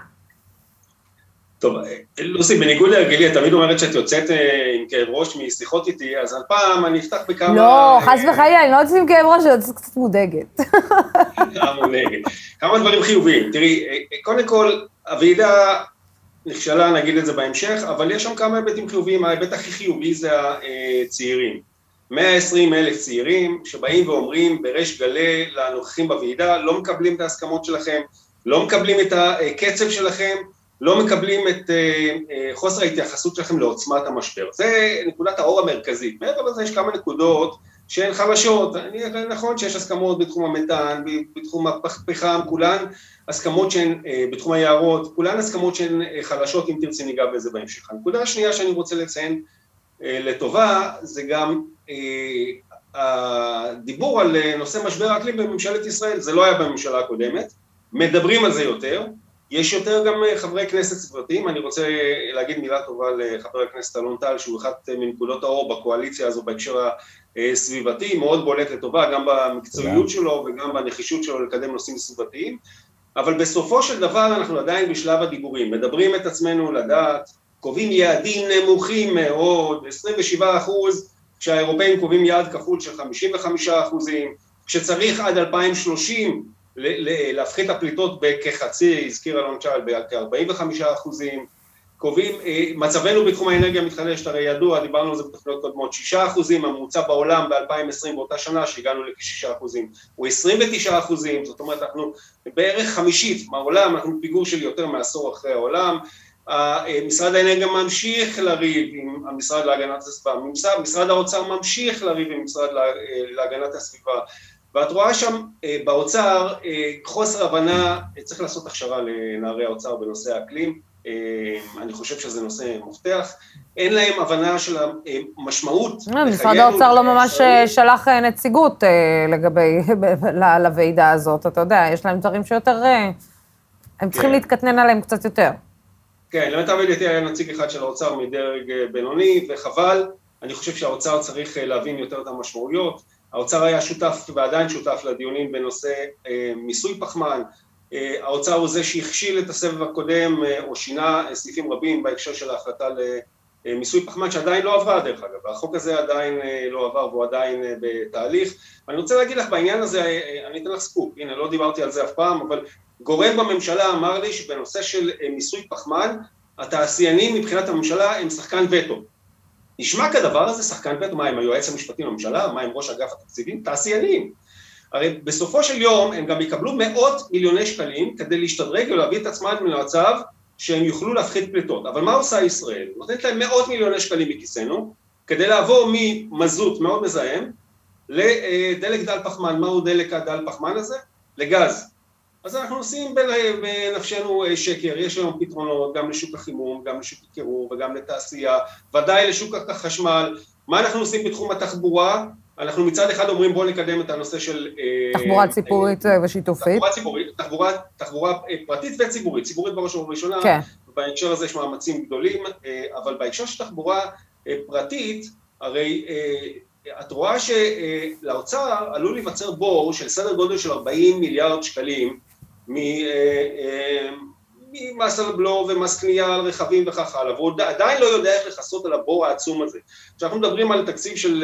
טוב, לוסי, בניגוד להרגלי, את תמיד אומרת שאת יוצאת עם כאב ראש משיחות איתי, אז על פעם אני אפתח בכמה... לא, חס וחלילה, אני לא יוצאת עם כאב ראש, אני יוצאת קצת מודאגת. מודאגת. כמה דברים חיוביים. תראי, קודם כל, הוועידה נכשלה, נגיד את זה בהמשך, אבל יש שם כמה היבטים חיוביים. ההיבט הכי חיובי זה הצעירים. 120,000 צעירים שבאים ואומרים בריש גלי לנוכחים בוועידה, לא מקבלים את ההסכמות שלכם, לא מקבלים את הקצב שלכם, לא מקבלים את חוסר ההתייחסות שלכם לעוצמת המשבר. זה נקודת האור המרכזית. מעבר לזה יש כמה נקודות שהן חלשות. נכון שיש הסכמות בתחום המתאן, בתחום הפחם, כולן הסכמות שהן בתחום היערות, כולן הסכמות שהן חלשות, אם תרצי ניגע בזה בהמשך. הנקודה השנייה שאני רוצה לציין לטובה, זה גם הדיבור על נושא משבר האקלים בממשלת ישראל. זה לא היה בממשלה הקודמת, מדברים על זה יותר, יש יותר גם חברי כנסת סביבתיים. אני רוצה להגיד מילה טובה לחבר הכנסת אלון טל, שהוא אחת מנקודות האור בקואליציה הזו בהקשר הסביבתי, מאוד בולט לטובה, גם במקצועיות שלו וגם בנחישות שלו לקדם נושאים סביבתיים, אבל בסופו של דבר אנחנו עדיין בשלב הדיבורים, מדברים את עצמנו לדעת, קובעים יעדים נמוכים מאוד, 27%, כשהאירופאים קובעים יעד כפול של 55%, כשצריך עד 2030, להפחית הפליטות בכחצי, הזכיר אלון טל, בכ-45%, קובעים, מצבנו בתחום האנרגיה מתחדשת, הרי ידוע, דיברנו על זה בתוכניות קודמות, 6%, הממוצע בעולם ב-2020 באותה שנה, שהגענו לכ-6%, הוא 29%, זאת אומרת, אנחנו בערך חמישית מהעולם, אנחנו פיגור של יותר מעשור אחרי העולם, משרד האנרגיה ממשיך לריב עם המשרד להגנת הסביבה, משרד האוצר ממשיך לריב עם המשרד להגנת הסביבה, ואת רואה שם באוצר חוסר הבנה, צריך לעשות הכשרה לנערי האוצר בנושא האקלים, אני חושב שזה נושא מפתח, אין להם הבנה של המשמעות. משרד האוצר לא ממש שלח נציגות לגבי, לוועידה הזאת, אתה יודע, יש להם דברים שיותר, הם צריכים להתקטנן עליהם קצת יותר. כן, למיטב ידיעתי היה נציג אחד של האוצר מדרג בינוני, וחבל, אני חושב שהאוצר צריך להבין יותר את המשמעויות, האוצר היה שותף ועדיין שותף לדיונים בנושא מיסוי פחמן, האוצר הוא זה שהכשיל את הסבב הקודם או שינה סעיפים רבים בהקשר של ההחלטה למיסוי פחמן שעדיין לא עברה דרך אגב, החוק הזה עדיין לא עבר והוא עדיין בתהליך, ואני רוצה להגיד לך בעניין הזה, אני אתן לך סקופ, הנה לא דיברתי על זה אף פעם, אבל גורם בממשלה אמר לי שבנושא של מיסוי פחמן, התעשיינים מבחינת הממשלה הם שחקן וטו. נשמע כדבר הזה שחקן וטו, מה עם היועץ המשפטי לממשלה, מה עם ראש אגף התקציבים, תעשיינים. הרי בסופו של יום הם גם יקבלו מאות מיליוני שקלים כדי להשתדרג ולהביא את עצמם למצב שהם יוכלו להפחית פליטות. אבל מה עושה ישראל? נותנת להם מאות מיליוני שקלים מכיסנו, כדי לעבור ממזוט מאוד מזהם לדלק דל פחמן. מהו דלק הדל פחמן הזה? לגז. אז אנחנו עושים בנפשנו שקר, יש היום פתרונות גם לשוק החימום, גם לשוק הקירור וגם לתעשייה, ודאי לשוק החשמל. מה אנחנו עושים בתחום התחבורה? אנחנו מצד אחד אומרים בואו נקדם את הנושא של... תחבורה ציבורית ושיתופית. תחבורה פרטית וציבורית, ציבורית בראש ובראשונה, בהקשר הזה יש מאמצים גדולים, אבל בהקשר של תחבורה פרטית, הרי את רואה שלאוצר עלול להיווצר בור של סדר גודל של 40 מיליארד שקלים ממס על בלו ומס קנייה על רכבים וכך הלאה, והוא עדיין לא יודע איך לחסות על הבור העצום הזה. כשאנחנו מדברים על תקציב של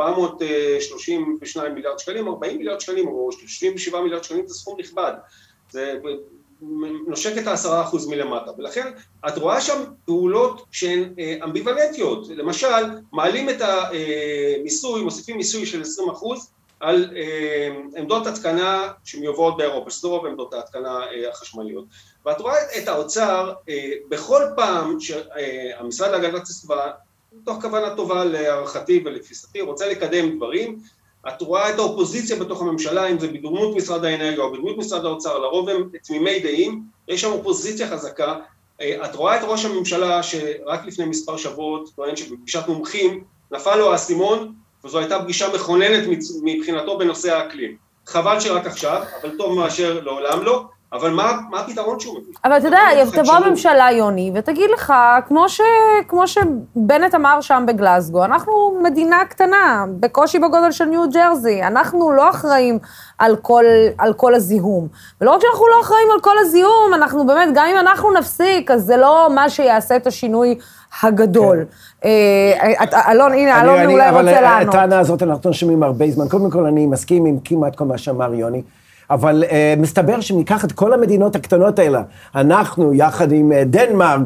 432 מיליארד שקלים, 40 מיליארד שקלים או 37 מיליארד שקלים זה סכום נכבד, זה נושק את 10% מלמטה, ולכן את רואה שם פעולות שהן אמביוולנטיות, למשל מעלים את המיסוי, מוסיפים מיסוי של 20% על עמדות התקנה שמיובאות באירופה, שזה רוב עמדות ההתקנה החשמליות. ואת רואה את האוצר בכל פעם שהמשרד להגנת הסביבה, מתוך כוונה טובה להערכתי ולתפיסתי, רוצה לקדם דברים, את רואה את האופוזיציה בתוך הממשלה, אם זה בדמות משרד האנרגיה או בדמות משרד האוצר, לרוב הם תמימי דעים, יש שם אופוזיציה חזקה, את רואה את ראש הממשלה שרק לפני מספר שבועות טוען שבפגישת מומחים נפל לו האסימון, וזו הייתה פגישה מכוננת מבחינתו בנושא האקלים. חבל שרק עכשיו, אבל טוב מאשר לעולם לא, אבל מה הפתרון שהוא מביא? אבל אתה יודע, תבוא הממשלה, יוני, ותגיד לך, כמו שבנט אמר שם בגלסגו, אנחנו מדינה קטנה, בקושי בגודל של ניו ג'רזי, אנחנו לא אחראים על כל הזיהום. ולא רק שאנחנו לא אחראים על כל הזיהום, אנחנו באמת, גם אם אנחנו נפסיק, אז זה לא מה שיעשה את השינוי הגדול. אלון, הנה, אלון אולי רוצה לענות. אבל הטענה הזאת אנחנו שומעים הרבה זמן. קודם כל, אני מסכים עם כמעט כל מה שאמר יוני, אבל מסתבר שניקח את כל המדינות הקטנות האלה, אנחנו יחד עם דנמרק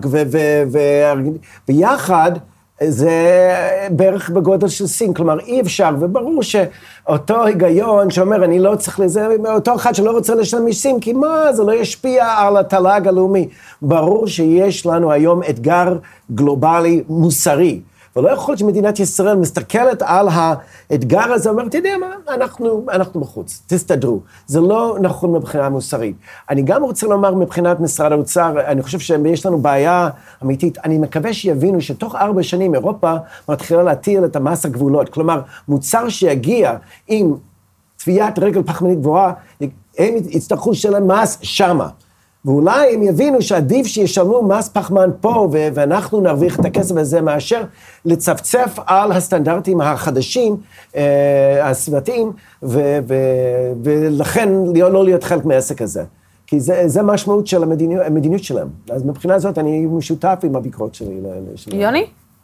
ויחד, זה בערך בגודל של סין, כלומר אי אפשר, וברור שאותו היגיון שאומר אני לא צריך לזה, אותו אחד שלא רוצה לשלם מיסים, כי מה, זה לא ישפיע על התל"ג הלאומי. ברור שיש לנו היום אתגר גלובלי מוסרי, ולא יכול להיות שמדינת ישראל מסתכלת על האתגר הזה, אומרת, אתה יודע מה, אנחנו בחוץ, תסתדרו. זה לא נכון מבחינה מוסרית. אני גם רוצה לומר מבחינת משרד האוצר, אני חושב שיש לנו בעיה אמיתית, אני מקווה שיבינו שתוך 4 שנים אירופה מתחילה להטיל את המס הגבולות, כלומר, מוצר שיגיע עם תביעת רגל פחמנית גבוהה, הם יצטרכו לשלם מס שמה. ואולי הם יבינו שעדיף שישלמו מס פחמן פה, ואנחנו נרוויח את הכסף הזה מאשר לצפצף על הסטנדרטים החדשים, הסביבתיים, ולכן לא להיות חלק מהעסק הזה. כי זה המשמעות של המדיניות שלהם. אז מבחינה זאת אני משותף עם הביקורת שלי. יוני?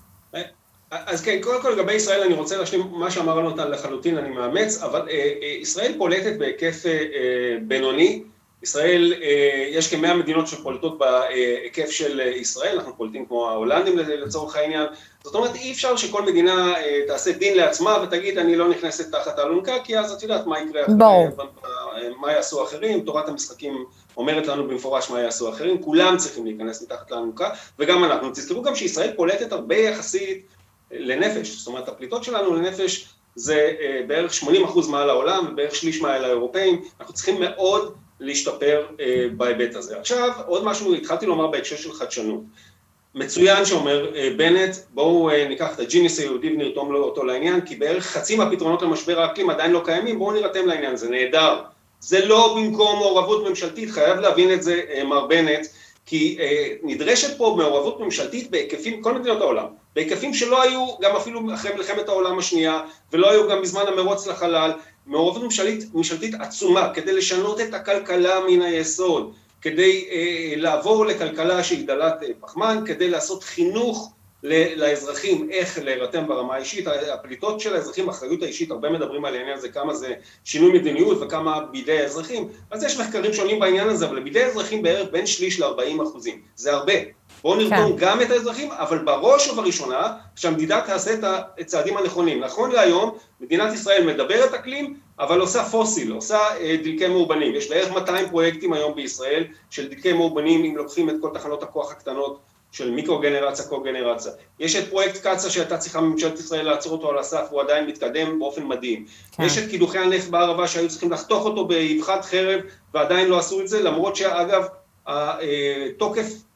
אז כן, קודם כל לגבי ישראל אני רוצה להשלים מה שאמרנו אותה לחלוטין, אני מאמץ, אבל ישראל פולטת בהיקף בינוני, ישראל, יש כ100 מדינות שפולטות בהיקף של ישראל, אנחנו פולטים כמו ההולנדים לצורך העניין, זאת אומרת אי אפשר שכל מדינה תעשה דין לעצמה ותגיד אני לא נכנסת תחת האלונקה, כי אז את יודעת מה יקרה, מה יעשו אחרים, תורת המשחקים אומרת לנו במפורש מה יעשו אחרים, כולם צריכים להיכנס מתחת לאלונקה, וגם אנחנו, תזכרו גם שישראל פולטת הרבה יחסית לנפש, זאת אומרת הפליטות שלנו לנפש זה בערך 80% מעל העולם ובערך שליש מעל האירופאים, אנחנו צריכים מאוד להשתפר בהיבט הזה. עכשיו, עוד משהו התחלתי לומר בהקשר של חדשנות. מצוין שאומר בנט, בואו ניקח את הג'יניס היהודי ונרתום לו אותו לעניין, כי בערך חצי מהפתרונות למשבר האקלים עדיין לא קיימים, בואו נרתם לעניין, זה נהדר. זה לא במקום מעורבות ממשלתית, חייב להבין את זה מר בנט, כי נדרשת פה מעורבות ממשלתית בהיקפים, כל מדינות העולם, בהיקפים שלא היו גם אפילו אחרי מלחמת העולם השנייה, ולא היו גם בזמן המרוץ לחלל, מעורבות ממשלתית עצומה, כדי לשנות את הכלכלה מן היסוד, כדי לעבור לכלכלה שהיא דלת פחמן, כדי לעשות חינוך לאזרחים, איך להירתם ברמה האישית, הפליטות של האזרחים, האחריות האישית, הרבה מדברים על העניין הזה, כמה זה שינוי מדיניות וכמה בידי האזרחים, אז יש מחקרים שונים בעניין הזה, אבל בידי האזרחים בערך בין 30% ל-40%, זה הרבה. בואו נרתום גם את האזרחים, אבל בראש ובראשונה, שהמדינה תעשה את הצעדים הנכונים. נכון להיום, מדינת ישראל מדברת אקלים, אבל עושה פוסיל, עושה דלקי מאובנים. יש בערך 200 פרויקטים היום בישראל של דלקי מאובנים, אם לוקחים את כל תחנות הכוח הקטנות של מיקרוגנרציה, קוגנרציה. יש את פרויקט קצה שהייתה צריכה ממשלת ישראל לעצור אותו על הסף, הוא עדיין מתקדם באופן מדהים. יש את קידוחי הנפט בערבה שהיו צריכים לחתוך אותו באבחת חרב, ועדיין לא עשו את זה, למרות שאגב, התוקף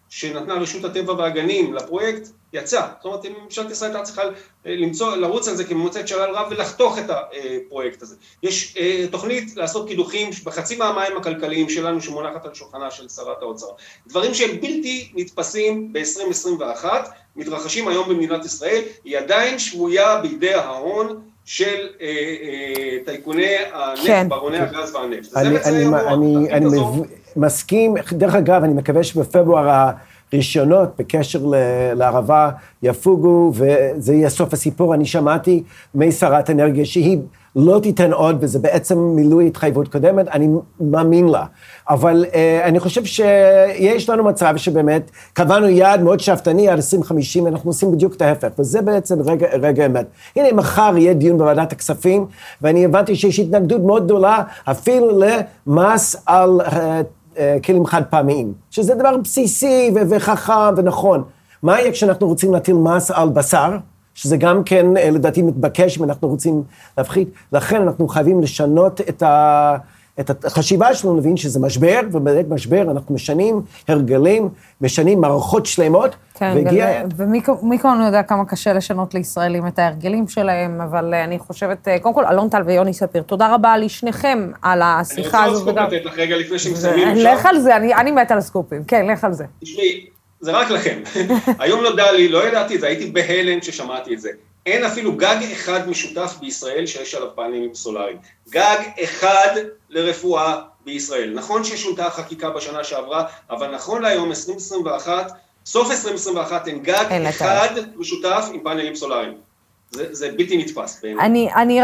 שנתנה רשות הטבע והגנים לפרויקט, יצא. זאת אומרת, ממשלת ישראל הייתה צריכה לרוץ על זה כמוצאת שלל רב ולחתוך את הפרויקט הזה. יש תוכנית לעשות קידוחים בחצי מהמים הכלכליים שלנו שמונחת על שולחנה של שרת האוצר. דברים שהם בלתי נתפסים ב-2021, מתרחשים היום במדינת ישראל, היא עדיין שבויה בידי ההון של טייקוני הנפט, ברוני הגז והנפט. אני מסכים, דרך אגב, אני מקווה שבפברואר הראשונות בקשר לערבה יפוגו, וזה יהיה סוף הסיפור. אני שמעתי משרת אנרגיה שהיא לא תיתן עוד, וזה בעצם מילוי התחייבות קודמת, אני מאמין לה. אבל אני חושב שיש לנו מצב שבאמת קבענו יעד מאוד שאפתני עד 2050, אנחנו עושים בדיוק את ההפך, וזה בעצם רגע אמת. הנה, מחר יהיה דיון בוועדת הכספים, ואני הבנתי שיש התנגדות מאוד גדולה, אפילו למס על כלים חד פעמיים, שזה דבר בסיסי וחכם ונכון. מה יהיה כשאנחנו רוצים להטיל מס על בשר? שזה גם כן, לדעתי, מתבקש, אם אנחנו רוצים להפחית. לכן אנחנו חייבים לשנות את החשיבה שלנו, נבין שזה משבר, ובאמת משבר, אנחנו משנים הרגלים, משנים מערכות שלמות, כן, ומי כמובן יודע כמה קשה לשנות לישראלים את ההרגלים שלהם, אבל אני חושבת, קודם כל, אלון טל ויוני ספיר, תודה רבה לשניכם על השיחה הזאת. אני רוצה לתת לך רגע לפני שמסיימים. לך על זה, אני מת על הסקופים, כן, לך על זה. תשמעי, זה רק לכם. היום נודע לי, לא ידעתי את זה, הייתי בהלם ששמעתי את זה. אין אפילו גג אחד משותף בישראל שיש עליו פאנלים סולאריים. גג אחד לרפואה בישראל. נכון ששונתה החקיקה בשנה שעברה, אבל נכון להיום 2021, סוף 2021 אין גג אחד משותף עם פאנלים סולאריים. זה בלתי נתפס. אני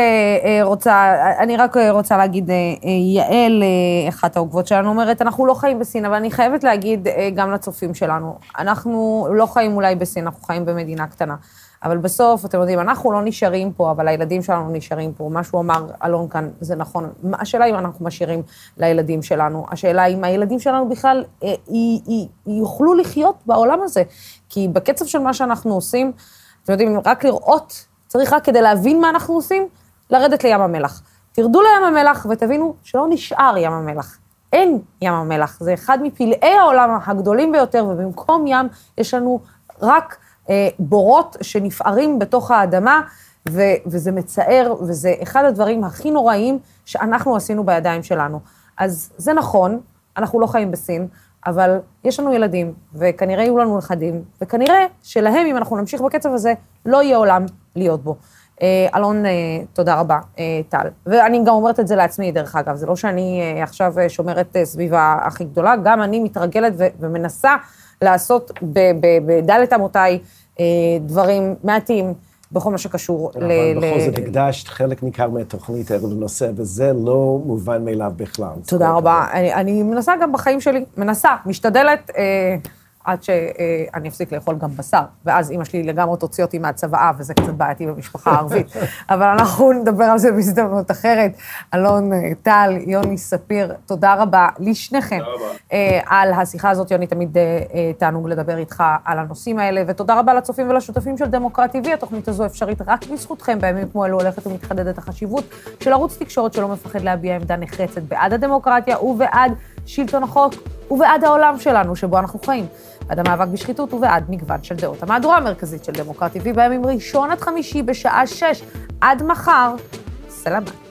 רק רוצה להגיד, יעל, אחת העוקבות שלנו אומרת, אנחנו לא חיים בסין, אבל אני חייבת להגיד גם לצופים שלנו, אנחנו לא חיים אולי בסין, אנחנו חיים במדינה קטנה. אבל בסוף, אתם יודעים, אנחנו לא נשארים פה, אבל הילדים שלנו נשארים פה. מה שהוא אמר, אלון כאן, זה נכון. השאלה אם אנחנו משאירים לילדים שלנו, השאלה אם הילדים שלנו בכלל יוכלו לחיות בעולם הזה. כי בקצב של מה שאנחנו עושים, אתם יודעים, רק לראות, צריך רק כדי להבין מה אנחנו עושים, לרדת לים המלח. תרדו לים המלח ותבינו שלא נשאר ים המלח. אין ים המלח. זה אחד מפלאי העולם הגדולים ביותר, ובמקום ים יש לנו רק בורות שנפערים בתוך האדמה, וזה מצער, וזה אחד הדברים הכי נוראים שאנחנו עשינו בידיים שלנו. אז זה נכון, אנחנו לא חיים בסין, אבל יש לנו ילדים, וכנראה יהיו לנו נכדים, וכנראה שלהם, אם אנחנו נמשיך בקצב הזה, לא יהיה עולם להיות בו. אלון, תודה רבה, טל. ואני גם אומרת את זה לעצמי, דרך אגב, זה לא שאני עכשיו שומרת סביבה הכי גדולה, גם אני מתרגלת ומנסה לעשות בדלת אמותיי דברים מעטים בכל מה שקשור אבל בכל זאת הקדשת חלק ניכר מהתוכנית לנושא, וזה לא מובן מאליו בכלל. תודה רבה. אני מנסה גם בחיים שלי, משתדלת עד שאני אפסיק לאכול גם בשר, ואז אמא שלי לגמרי תוציא אותי מהצבאה, וזה קצת בעייתי במשפחה הערבית. אבל אנחנו נדבר על זה בהזדמנות אחרת. אלון, טל, יוני ספיר, תודה רבה לשניכם על השיחה הזאת. יוני, תמיד תענוג לדבר איתך על הנושאים האלה, ותודה רבה לצופים ולשותפים של דמוקרט TV. התוכנית הזו אפשרית רק בזכותכם. בימים כמו אלו הולכת ומתחדדת החשיבות של ערוץ תקשורת שלא מפחד להביע עמדה נחרצת בעד הדמוקרטיה ובעד שלטון החוק ובעד העולם שלנו שבו אנחנו חיים. בעד המאבק בשחיתות ובעד מגוון של דעות. המהדורה המרכזית של דמוקרט TV בימים ראשון עד חמישי בשעה 6. עד מחר, סלמת.